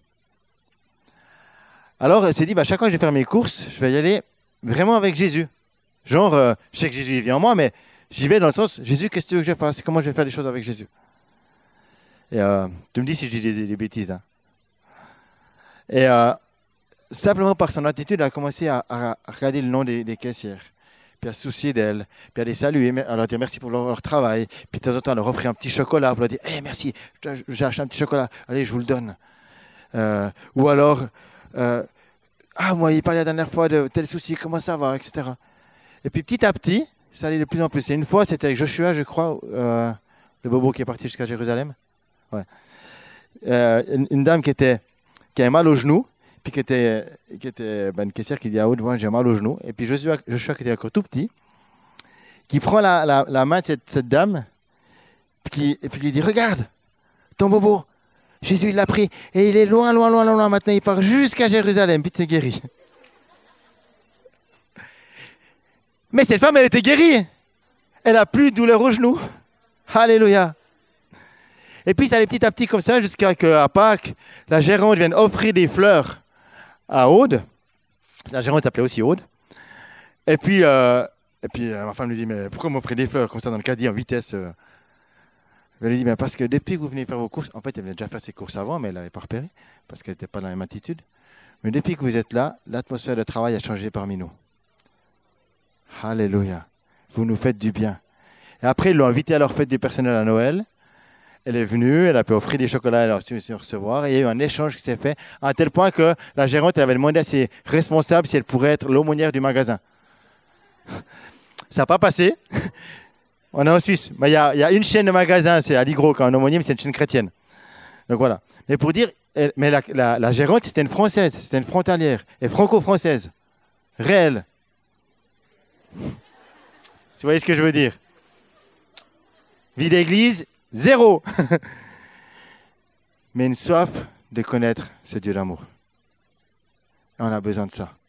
Alors, elle s'est dit, chaque fois que je vais faire mes courses, je vais y aller vraiment avec Jésus. Genre, je sais que Jésus il vient en moi, mais j'y vais dans le sens, Jésus, qu'est-ce que tu veux que je fasse? Comment je vais faire les choses avec Jésus? Et tu me dis si je dis des bêtises. Hein. Et simplement par son attitude, elle a commencé à regarder le nom des caissières. Puis à se soucier d'elles, puis à les saluer, à leur dire merci pour leur travail, puis de temps en temps à leur offrir un petit chocolat, pour leur dire hey, merci, j'ai acheté un petit chocolat, allez, je vous le donne. Ou alors, moi, il parlait la dernière fois de tel souci, comment ça va, etc. Et puis petit à petit, ça allait de plus en plus. Et une fois, c'était avec Joshua, je crois, le bobo qui est parti jusqu'à Jérusalem. Ouais. Une dame qui avait mal au genou, puis qui était une caissière qui dit à haute voix j'ai mal au genou, et puis Joshua qui était encore tout petit, qui prend la main de cette dame, et puis lui dit regarde, ton bobo, Jésus il l'a pris, et il est loin, maintenant il part jusqu'à Jérusalem, puis tu es guéri. Mais cette femme elle était guérie, elle n'a plus de douleur au genou. Alléluia. Et puis ça allait petit à petit comme ça, jusqu'à qu'à Pâques, la gérante vienne offrir des fleurs à Aude. La gérante s'appelait aussi Aude. Et puis ma femme lui dit, mais pourquoi m'offrir des fleurs comme ça dans le caddie en vitesse? Elle lui dit, mais parce que depuis que vous venez faire vos courses, en fait elle venait déjà faire ses courses avant, mais elle n'avait pas repéré, parce qu'elle n'était pas dans la même attitude. Mais depuis que vous êtes là, l'atmosphère de travail a changé parmi nous. Alléluia. Vous nous faites du bien. Et après, ils l'ont invitée à leur fête du personnel à Noël. Elle est venue, elle a pu offrir des chocolats, elle a reçu recevoir. Et il y a eu un échange qui s'est fait à tel point que la gérante elle avait demandé à ses responsables si elle pourrait être l'aumônière du magasin. Ça n'a pas passé. On est en Suisse. Mais il y a une chaîne de magasins, c'est à Ligro, quand un aumônier, mais c'est une chaîne chrétienne. Donc voilà. Mais pour dire, mais la gérante, c'était une Française, c'était une frontalière, et franco-française. Réelle. Vous voyez ce que je veux dire? Vie d'église, zéro. Mais une soif de connaître ce Dieu d'amour. Et on a besoin de ça.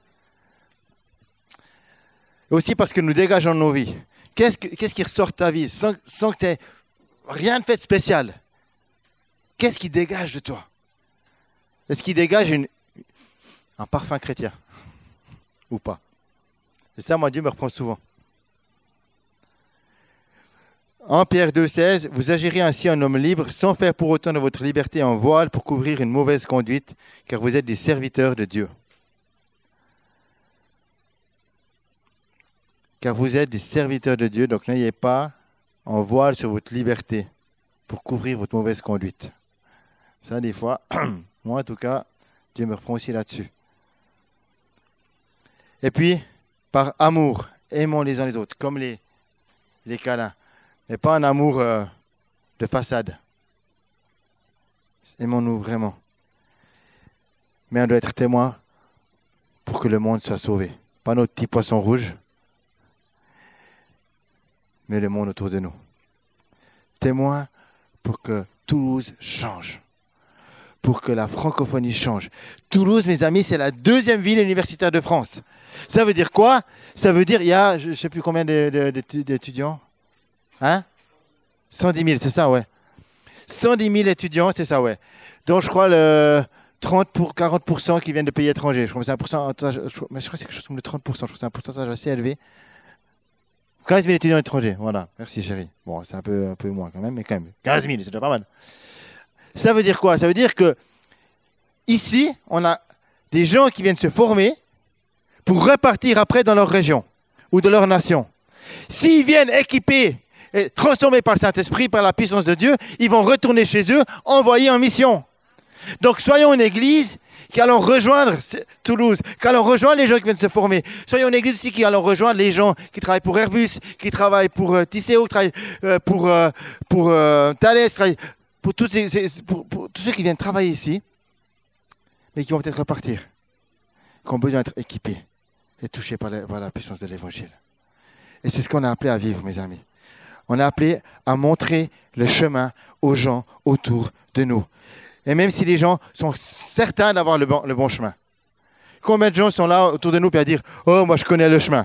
Et aussi parce que nous dégageons nos vies. Qu'est-ce qui ressort de ta vie sans que tu aies rien de fait de spécial? Qu'est-ce qui dégage de toi? Est-ce qu'il dégage un parfum chrétien? Ou pas? Et ça, moi, Dieu me reprend souvent. En Pierre 2,16, vous agirez ainsi en homme libre, sans faire pour autant de votre liberté un voile pour couvrir une mauvaise conduite, car vous êtes des serviteurs de Dieu. Car vous êtes des serviteurs de Dieu, donc n'ayez pas un voile sur votre liberté pour couvrir votre mauvaise conduite. Ça, des fois, moi en tout cas, Dieu me reprend aussi là-dessus. Et puis, par amour, aimons les uns les autres, comme les câlins. Mais pas un amour de façade. Aimons-nous vraiment. Mais on doit être témoin pour que le monde soit sauvé. Pas notre petit poisson rouge, mais le monde autour de nous. Témoin pour que Toulouse change. Pour que la francophonie change. Toulouse, mes amis, c'est la deuxième ville universitaire de France. Ça veut dire quoi? Ça veut dire, il y a, je ne sais plus combien d'étudiants. Hein? 110 000, c'est ça, ouais. 110 000 étudiants, c'est ça, ouais. Donc, je crois, 40% qui viennent de pays étrangers. Je crois que c'est un pourcentage, mais je crois que c'est quelque chose comme de 30%. Je crois que c'est un pourcentage assez élevé. 15 000 étudiants étrangers, voilà. Merci, chérie. Bon, c'est un peu moins quand même, mais quand même. 15 000, c'est déjà pas mal. Ça veut dire quoi? Ça veut dire que ici, on a des gens qui viennent se former pour repartir après dans leur région ou de leur nation. S'ils viennent équipés et transformés par le Saint-Esprit, par la puissance de Dieu, ils vont retourner chez eux, envoyés en mission. Donc, soyons une église qui allons rejoindre Toulouse, qui allons rejoindre les gens qui viennent se former. Soyons une église aussi qui allons rejoindre les gens qui travaillent pour Airbus, qui travaillent pour Tisséo, qui travaillent pour Thales, pour tous ceux qui viennent travailler ici, mais qui vont peut-être repartir, qui ont besoin d'être équipés et touchés par la puissance de l'Évangile. Et c'est ce qu'on a appelé à vivre, mes amis. On a appelé à montrer le chemin aux gens autour de nous. Et même si les gens sont certains d'avoir le bon chemin. Combien de gens sont là autour de nous et à dire « Oh, moi je connais le chemin ».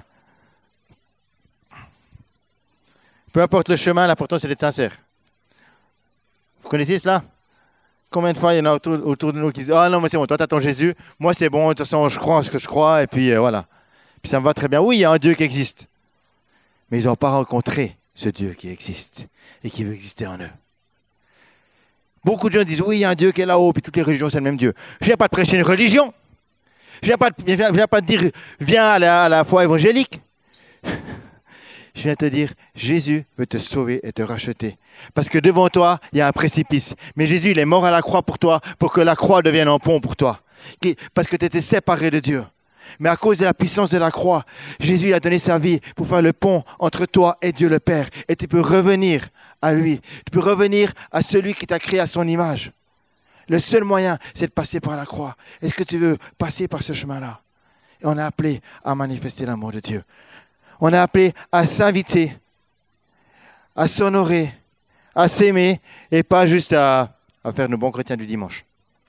Peu importe le chemin, l'important c'est d'être sincère. Vous connaissez cela? Combien de fois il y en a autour de nous qui disent « Ah non, mais c'est bon, toi tu attends Jésus, moi c'est bon, de toute façon je crois en ce que je crois, et puis voilà. Puis ça me va très bien. » Oui, il y a un Dieu qui existe. Mais ils n'ont pas rencontré ce Dieu qui existe et qui veut exister en eux. Beaucoup de gens disent, oui, il y a un Dieu qui est là-haut, puis toutes les religions, c'est le même Dieu. Je ne viens pas te prêcher une religion. Je ne viens pas te dire, viens à la foi évangélique. Je viens te dire, Jésus veut te sauver et te racheter. Parce que devant toi, il y a un précipice. Mais Jésus, il est mort à la croix pour toi, pour que la croix devienne un pont pour toi. Parce que tu étais séparé de Dieu. Mais à cause de la puissance de la croix, Jésus a donné sa vie pour faire le pont entre toi et Dieu le Père. Et tu peux revenir à lui. Tu peux revenir à celui qui t'a créé à son image. Le seul moyen, c'est de passer par la croix. Est-ce que tu veux passer par ce chemin-là? Et on a appelé à manifester l'amour de Dieu. On a appelé à s'inviter, à s'honorer, à s'aimer et pas juste à faire nos bons chrétiens du dimanche.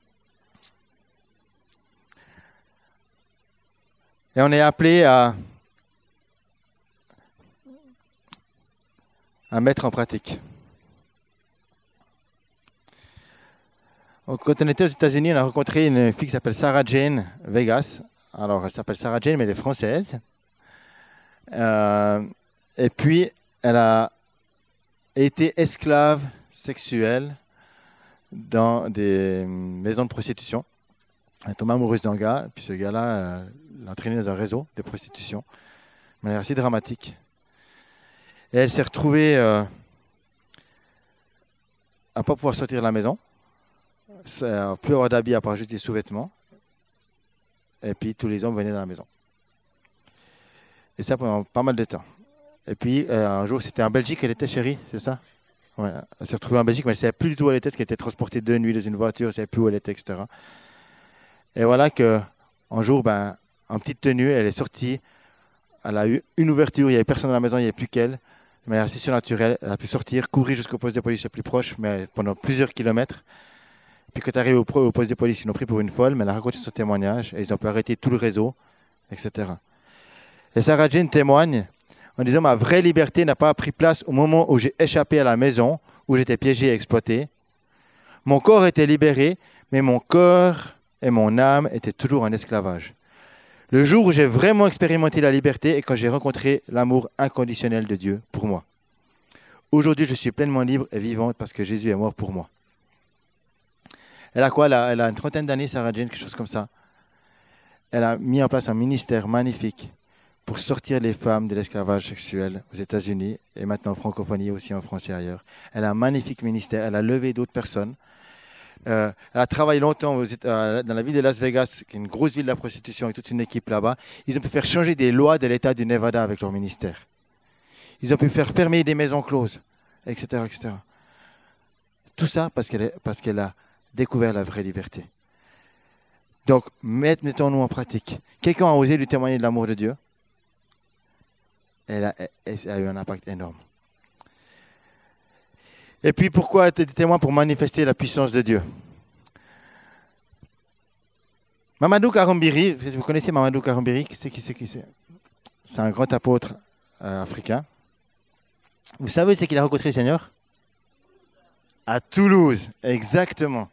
Et on est appelé à mettre en pratique. Quand on était aux États-Unis, on a rencontré une fille qui s'appelle Sarah Jane Vegas. Alors, elle s'appelle Sarah Jane, mais elle est française. Et puis, elle a été esclave sexuelle dans des maisons de prostitution. Elle est tombée amoureuse d'un gars, puis ce gars-là l'a entraînée dans un réseau de prostitution. De manière assez dramatique. Et elle s'est retrouvée à ne pas pouvoir sortir de la maison, à plus avoir d'habits à part juste des sous-vêtements. Et puis tous les hommes venaient dans la maison. Et ça pendant pas mal de temps. Et puis un jour, c'était en Belgique, elle était, chérie, c'est ça? Ouais, elle s'est retrouvée en Belgique, mais elle ne savait plus du tout où elle était, parce qu'elle était transportée de nuit dans une voiture, elle ne savait plus où elle était, etc. Et voilà qu'un jour, en petite tenue, elle est sortie. Elle a eu une ouverture, il n'y avait personne dans la maison, il n'y avait plus qu'elle. De manière assez surnaturelle, elle a pu sortir, courir jusqu'au poste de police le plus proche, mais pendant plusieurs kilomètres. Puis quand elle est arrivée au poste de police, ils l'ont pris pour une folle, mais elle a raconté son témoignage, et ils ont pu arrêter tout le réseau, etc. Et Sarah Jane témoigne en disant « Ma vraie liberté n'a pas pris place au moment où j'ai échappé à la maison, où j'étais piégé et exploité. Mon corps était libéré, mais mon cœur et mon âme était toujours en esclavage. Le jour où j'ai vraiment expérimenté la liberté est quand j'ai rencontré l'amour inconditionnel de Dieu pour moi. Aujourd'hui, je suis pleinement libre et vivante parce que Jésus est mort pour moi. Elle a quoi? Elle a une trentaine d'années, Sarah Jane, quelque chose comme ça. Elle a mis en place un ministère magnifique pour sortir les femmes de l'esclavage sexuel aux États-Unis et maintenant en francophonie, aussi en France et ailleurs. Elle a un magnifique ministère. Elle a levé d'autres personnes. Elle a travaillé longtemps dans la ville de Las Vegas, qui est une grosse ville de la prostitution, avec toute une équipe là-bas. Ils ont pu faire changer des lois de l'État du Nevada avec leur ministère. Ils ont pu faire fermer des maisons closes, etc., etc. Tout ça parce qu'elle a découvert la vraie liberté. Donc, mettons-nous en pratique. Quelqu'un a osé lui témoigner de l'amour de Dieu. Elle a eu un impact énorme. Et puis, pourquoi être témoin? Pour manifester la puissance de Dieu. Mamadou Karumbiri, vous connaissez Mamadou Karumbiri? Qui c'est? C'est un grand apôtre africain. Vous savez c'est qu'il a rencontré le Seigneur? À Toulouse, exactement.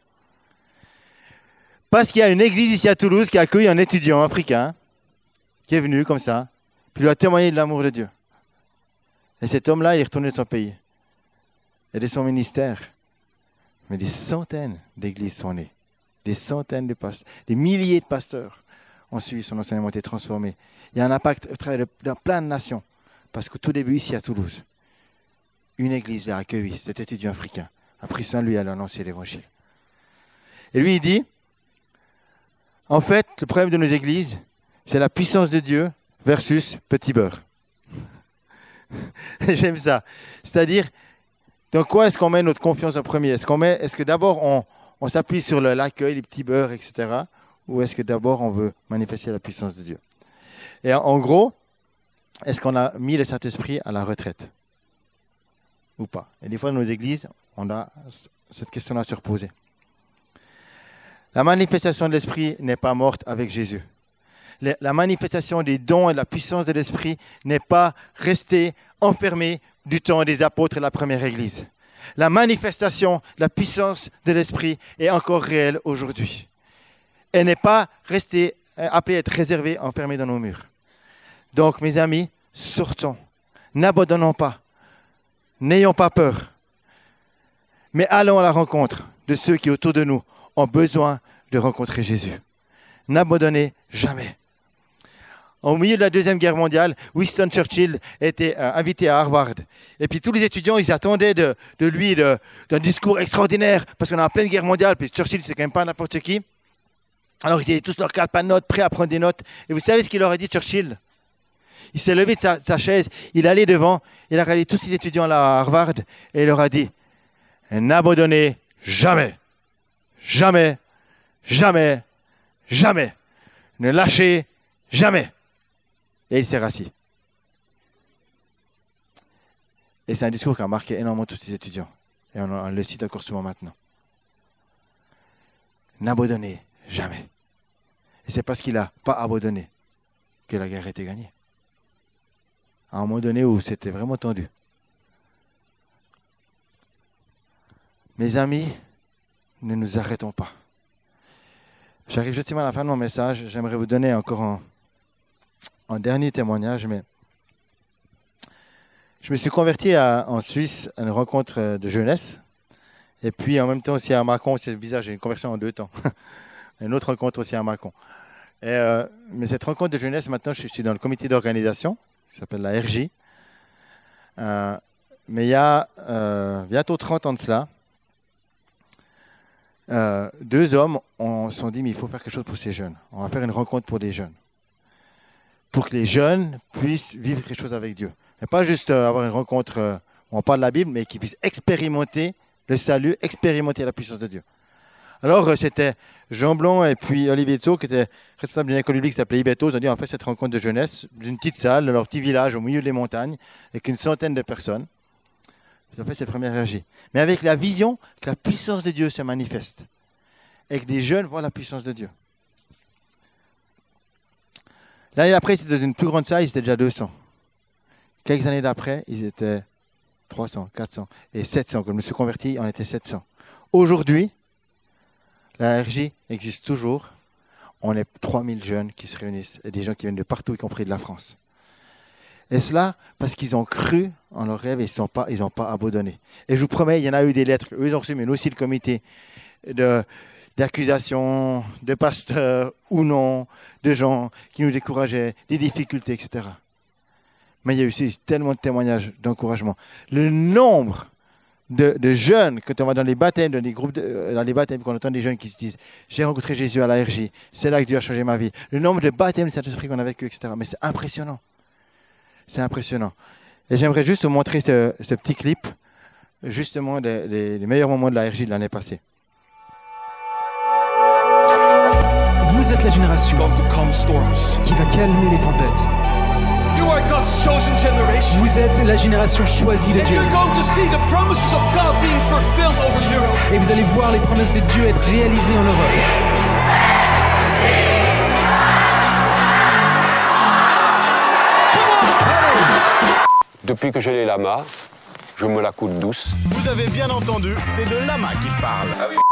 Parce qu'il y a une église ici à Toulouse qui a accueilli un étudiant africain qui est venu comme ça, puis lui a témoigné de l'amour de Dieu. Et cet homme-là, il est retourné de son pays et de son ministère. Mais des centaines d'églises sont nées. Des centaines de pasteurs, des milliers de pasteurs ont suivi son enseignement, ont été transformés. Il y a un impact dans plein de nations. Parce qu'au tout début, ici à Toulouse, une église a accueilli cet étudiant africain, a pris soin de lui et a annoncé l'évangile. Et lui, il dit, en fait, le problème de nos églises, c'est la puissance de Dieu versus petit beurre. J'aime ça. C'est-à-dire, dans quoi est-ce qu'on met notre confiance en premier? Est-ce que d'abord on s'appuie sur l'accueil, les petits beurres, etc. Ou est-ce que d'abord on veut manifester la puissance de Dieu? Et en gros, est-ce qu'on a mis le Saint-Esprit à la retraite? Ou pas? Et des fois, dans nos églises, on a cette question-là à se reposer. La manifestation de l'Esprit n'est pas morte avec Jésus. La manifestation des dons et de la puissance de l'Esprit n'est pas restée enfermée du temps des apôtres et de la première Église. La manifestation de la puissance de l'Esprit est encore réelle aujourd'hui. Elle n'est pas restée appelée à être réservée, enfermée dans nos murs. Donc, mes amis, sortons. N'abandonnons pas. N'ayons pas peur. Mais allons à la rencontre de ceux qui, autour de nous, ont besoin de rencontrer Jésus. N'abandonnez jamais. Au milieu de la Deuxième Guerre mondiale, Winston Churchill était invité à Harvard. Et puis tous les étudiants, ils attendaient de lui d'un discours extraordinaire, parce qu'on est en pleine guerre mondiale, puis Churchill, c'est quand même pas n'importe qui. Alors ils avaient tous leur calepin de notes, prêts à prendre des notes. Et vous savez ce qu'il leur a dit, Churchill? Il s'est levé de sa chaise, il allait devant, il a regardé tous ces étudiants-là à Harvard, et il leur a dit, n'abandonnez jamais, jamais, jamais, jamais, ne lâchez jamais. Et il s'est rassis. Et c'est un discours qui a marqué énormément tous ces étudiants. Et on le cite encore souvent maintenant. N'abandonnez jamais. Et c'est parce qu'il n'a pas abandonné que la guerre a été gagnée. À un moment donné où c'était vraiment tendu. Mes amis, ne nous arrêtons pas. J'arrive justement à la fin de mon message. J'aimerais vous donner encore un dernier témoignage, mais je me suis converti en Suisse à une rencontre de jeunesse. Et puis en même temps aussi à Mâcon, c'est bizarre, j'ai une conversion en 2 temps. Une autre rencontre aussi à Mâcon. Mais cette rencontre de jeunesse, maintenant je suis dans le comité d'organisation, qui s'appelle la RJ. Mais il y a bientôt 30 ans de cela, 2 hommes se sont dit, mais il faut faire quelque chose pour ces jeunes. On va faire une rencontre pour des jeunes. Pour que les jeunes puissent vivre quelque chose avec Dieu. Et pas juste avoir une rencontre où on parle de la Bible, mais qu'ils puissent expérimenter le salut, expérimenter la puissance de Dieu. Alors, c'était Jean Blanc et puis Olivier Tso, qui était responsable d'une école biblique qui s'appelait Ibeto. Ils ont dit, on fait cette rencontre de jeunesse d'une petite salle, dans leur petit village, au milieu des montagnes, avec une centaine de personnes. Ils ont fait cette première régie. Mais avec la vision que la puissance de Dieu se manifeste. Et que des jeunes voient la puissance de Dieu. L'année d'après, c'était dans une plus grande salle, ils étaient déjà 200. Quelques années d'après, ils étaient 300, 400 et 700. Quand je me suis converti, on était 700. Aujourd'hui, la RJ existe toujours on est 3000 jeunes qui se réunissent et des gens qui viennent de partout, y compris de la France. Et cela parce qu'ils ont cru en leur rêve et ils n'ont pas abandonné. Et je vous promets, il y en a eu des lettres, eux ils ont reçu, mais nous aussi le comité, d'accusations, de pasteurs ou non, de gens qui nous décourageaient, des difficultés, etc. Mais il y a eu aussi tellement de témoignages d'encouragement. Le nombre de jeunes, quand on va dans les baptêmes, dans les groupes, dans les baptêmes, quand on entend des jeunes qui se disent « J'ai rencontré Jésus à la RJ, c'est là que Dieu a changé ma vie ». Le nombre de baptêmes de Saint-Esprit qu'on a vécu, etc. Mais c'est impressionnant. C'est impressionnant. Et j'aimerais juste vous montrer ce petit clip, justement, les meilleurs moments de la RJ de l'année passée. Vous êtes la génération qui va calmer les tempêtes. You are God's chosen generation. Vous êtes la génération choisie de And Dieu. you're going to see the promises of God being fulfilled over Europe. Et vous allez voir les promesses de Dieu être réalisées en Europe. Depuis que j'ai les lamas, je me la coule douce. Vous avez bien entendu, c'est de lama qu'il parle. Ah oui.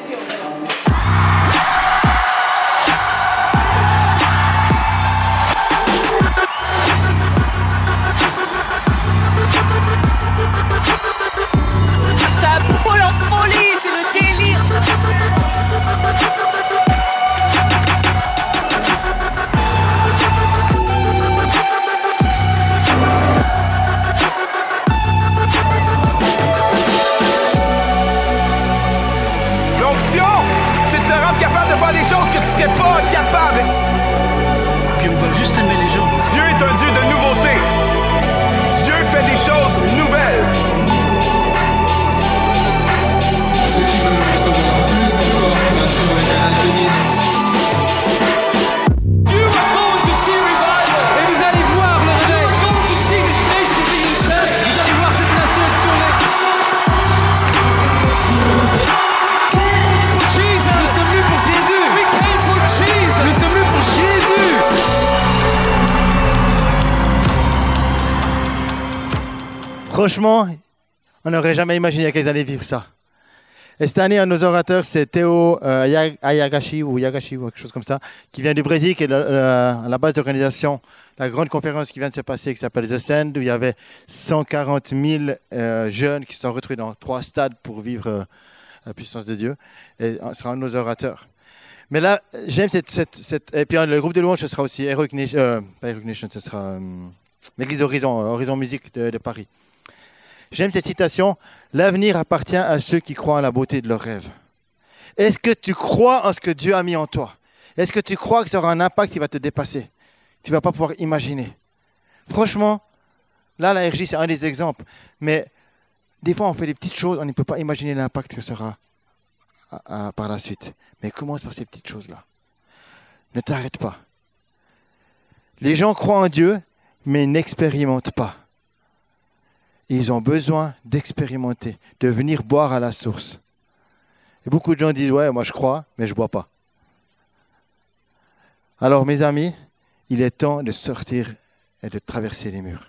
Ça fout en folie, c'est le délire. L'onction, c'est de te rendre capable de faire des choses que tu serais pas capable. Puis on va juste aimer les gens. Dieu est un Dieu de nouveauté. Dieu fait des choses nouvelles. Ceux qui veulent en savoir plus encore, bien sûr, avec Canal Tennis. You are going to see revival. Et vous allez voir le You réveil. are going to see this nation being saved. Vous allez voir cette nation être sauvée. For Jesus. Nous sommes venus pour Jésus. We came for Jesus. Nous sommes venus pour Jésus. Franchement, on n'aurait jamais imaginé qu'ils allaient vivre ça. Et cette année, un de nos orateurs, c'est Théo Ayagashi ou quelque chose comme ça, qui vient du Brésil, qui est à la base d'organisation, la grande conférence qui vient de se passer, qui s'appelle The Send, où il y avait 140 000 jeunes qui se sont retrouvés dans 3 stades pour vivre la puissance de Dieu. Et ce sera un de nos orateurs. Mais là, j'aime cette... Et puis le groupe de louange, ce sera aussi Heroic Nation, pas Heroic Nation, ce sera l'Église Horizon Musique de Paris. J'aime cette citation. L'avenir appartient à ceux qui croient en la beauté de leurs rêves. Est-ce que tu crois en ce que Dieu a mis en toi? Est-ce que tu crois que ça aura un impact qui va te dépasser? Tu ne vas pas pouvoir imaginer. Franchement, là, la RJ, c'est un des exemples. Mais des fois, on fait des petites choses, on ne peut pas imaginer l'impact que ça aura par la suite. Mais commence par ces petites choses-là. Ne t'arrête pas. Les gens croient en Dieu, mais n'expérimentent pas. Ils ont besoin d'expérimenter, de venir boire à la source. Et beaucoup de gens disent « Ouais, moi je crois, mais je ne bois pas. » Alors mes amis, il est temps de sortir et de traverser les murs.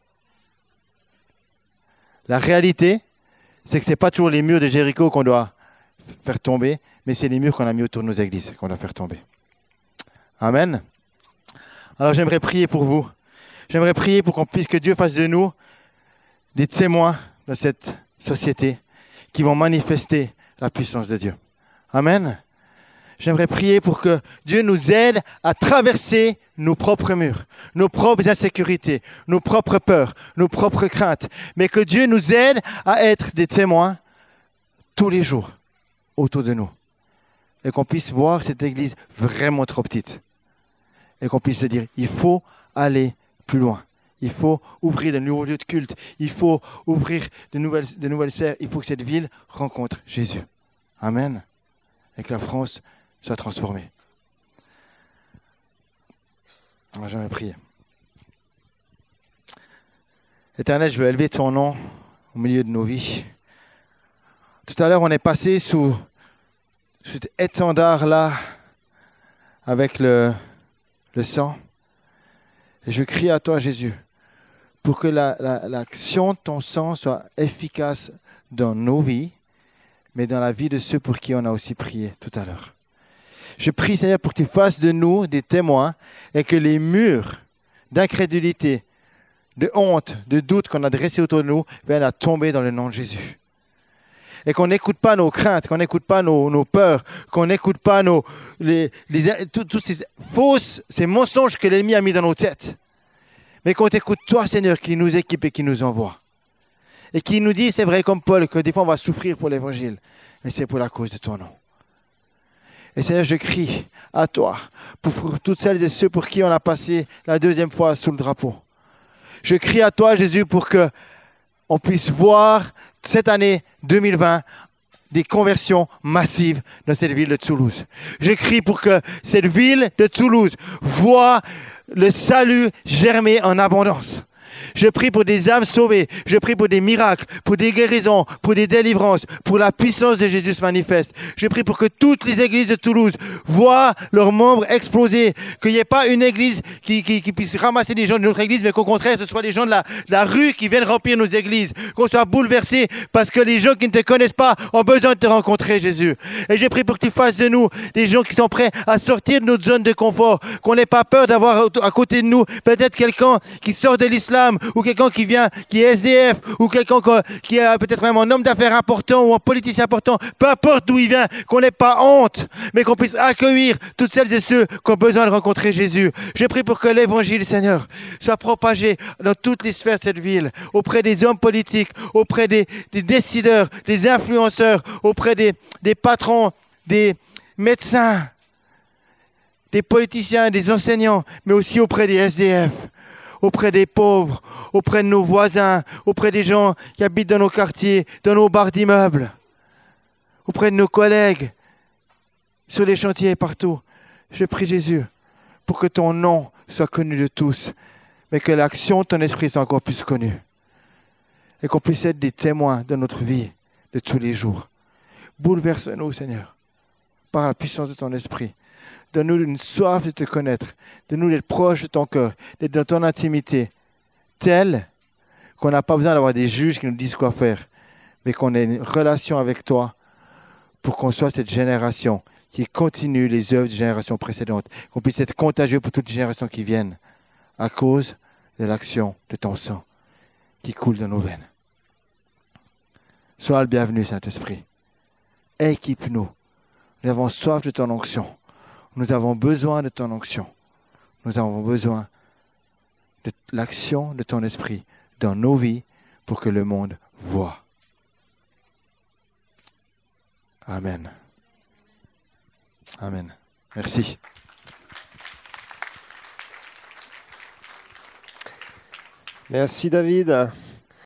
La réalité, c'est que ce n'est pas toujours les murs de Jéricho qu'on doit faire tomber, mais c'est les murs qu'on a mis autour de nos églises qu'on doit faire tomber. Amen. Alors j'aimerais prier pour vous. J'aimerais prier pour que Dieu fasse de nous des témoins de cette société qui vont manifester la puissance de Dieu. Amen. J'aimerais prier pour que Dieu nous aide à traverser nos propres murs, nos propres insécurités, nos propres peurs, nos propres craintes, mais que Dieu nous aide à être des témoins tous les jours autour de nous et qu'on puisse voir cette église vraiment trop petite et qu'on puisse se dire, il faut aller plus loin. Il faut ouvrir de nouveaux lieux de culte. Il faut ouvrir de nouvelles serres. Il faut que cette ville rencontre Jésus. Amen. Et que la France soit transformée. On va jamais prier. Éternel, je veux élever ton nom au milieu de nos vies. Tout à l'heure, on est passé sous cet étendard-là avec le sang. Et je crie à toi, Jésus, pour que l'action de ton sang soit efficace dans nos vies, mais dans la vie de ceux pour qui on a aussi prié tout à l'heure. Je prie, Seigneur, pour que tu fasses de nous des témoins et que les murs d'incrédulité, de honte, de doute qu'on a dressés autour de nous viennent à tomber dans le nom de Jésus. Et qu'on n'écoute pas nos craintes, qu'on n'écoute pas nos peurs, qu'on n'écoute pas tous ces mensonges que l'ennemi a mis dans nos têtes. Mais qu'on t'écoute, toi, Seigneur, qui nous équipe et qui nous envoie. Et qui nous dit, c'est vrai comme Paul, que des fois on va souffrir pour l'évangile, mais c'est pour la cause de ton nom. Et Seigneur, je crie à toi pour toutes celles et ceux pour qui on a passé la deuxième fois sous le drapeau. Je crie à toi, Jésus, pour qu'on puisse voir cette année 2020 des conversions massives dans cette ville de Toulouse. Je crie pour que cette ville de Toulouse voit le salut germer en abondance. Je prie pour des âmes sauvées. Je prie pour des miracles, pour des guérisons, pour des délivrances, pour la puissance de Jésus se manifeste. Je prie pour que toutes les églises de Toulouse voient leurs membres exploser. Qu'il n'y ait pas une église qui puisse ramasser des gens de notre église, mais qu'au contraire, ce soit les gens de la rue qui viennent remplir nos églises. Qu'on soit bouleversés parce que les gens qui ne te connaissent pas ont besoin de te rencontrer, Jésus. Et je prie pour que tu fasses de nous des gens qui sont prêts à sortir de notre zone de confort. Qu'on n'ait pas peur d'avoir à côté de nous peut-être quelqu'un qui sort de l'islam, ou quelqu'un qui est SDF, ou quelqu'un qui est peut-être même un homme d'affaires important ou un politicien important, peu importe d'où il vient, qu'on n'ait pas honte, mais qu'on puisse accueillir toutes celles et ceux qui ont besoin de rencontrer Jésus. Je prie pour que l'évangile, Seigneur, soit propagé dans toutes les sphères de cette ville, auprès des hommes politiques, auprès des décideurs, des influenceurs, auprès des patrons, des médecins, des politiciens, des enseignants, mais aussi auprès des SDF, auprès des pauvres, auprès de nos voisins, auprès des gens qui habitent dans nos quartiers, dans nos barres d'immeubles, auprès de nos collègues, sur les chantiers et partout. Je prie, Jésus, pour que ton nom soit connu de tous, mais que l'action de ton esprit soit encore plus connue. Et qu'on puisse être des témoins de notre vie de tous les jours. Bouleverse-nous, Seigneur, par la puissance de ton esprit. Donne-nous une soif de te connaître. Donne-nous d'être proche de ton cœur, d'être dans ton intimité, telle qu'on n'a pas besoin d'avoir des juges qui nous disent quoi faire, mais qu'on ait une relation avec toi pour qu'on soit cette génération qui continue les œuvres des générations précédentes, qu'on puisse être contagieux pour toutes les générations qui viennent à cause de l'action de ton sang qui coule dans nos veines. Sois le bienvenu, Saint-Esprit. Équipe-nous. Nous avons soif de ton onction. Nous avons besoin de ton onction. Nous avons besoin de l'action de ton esprit dans nos vies pour que le monde voie. Amen. Amen. Merci. Merci David.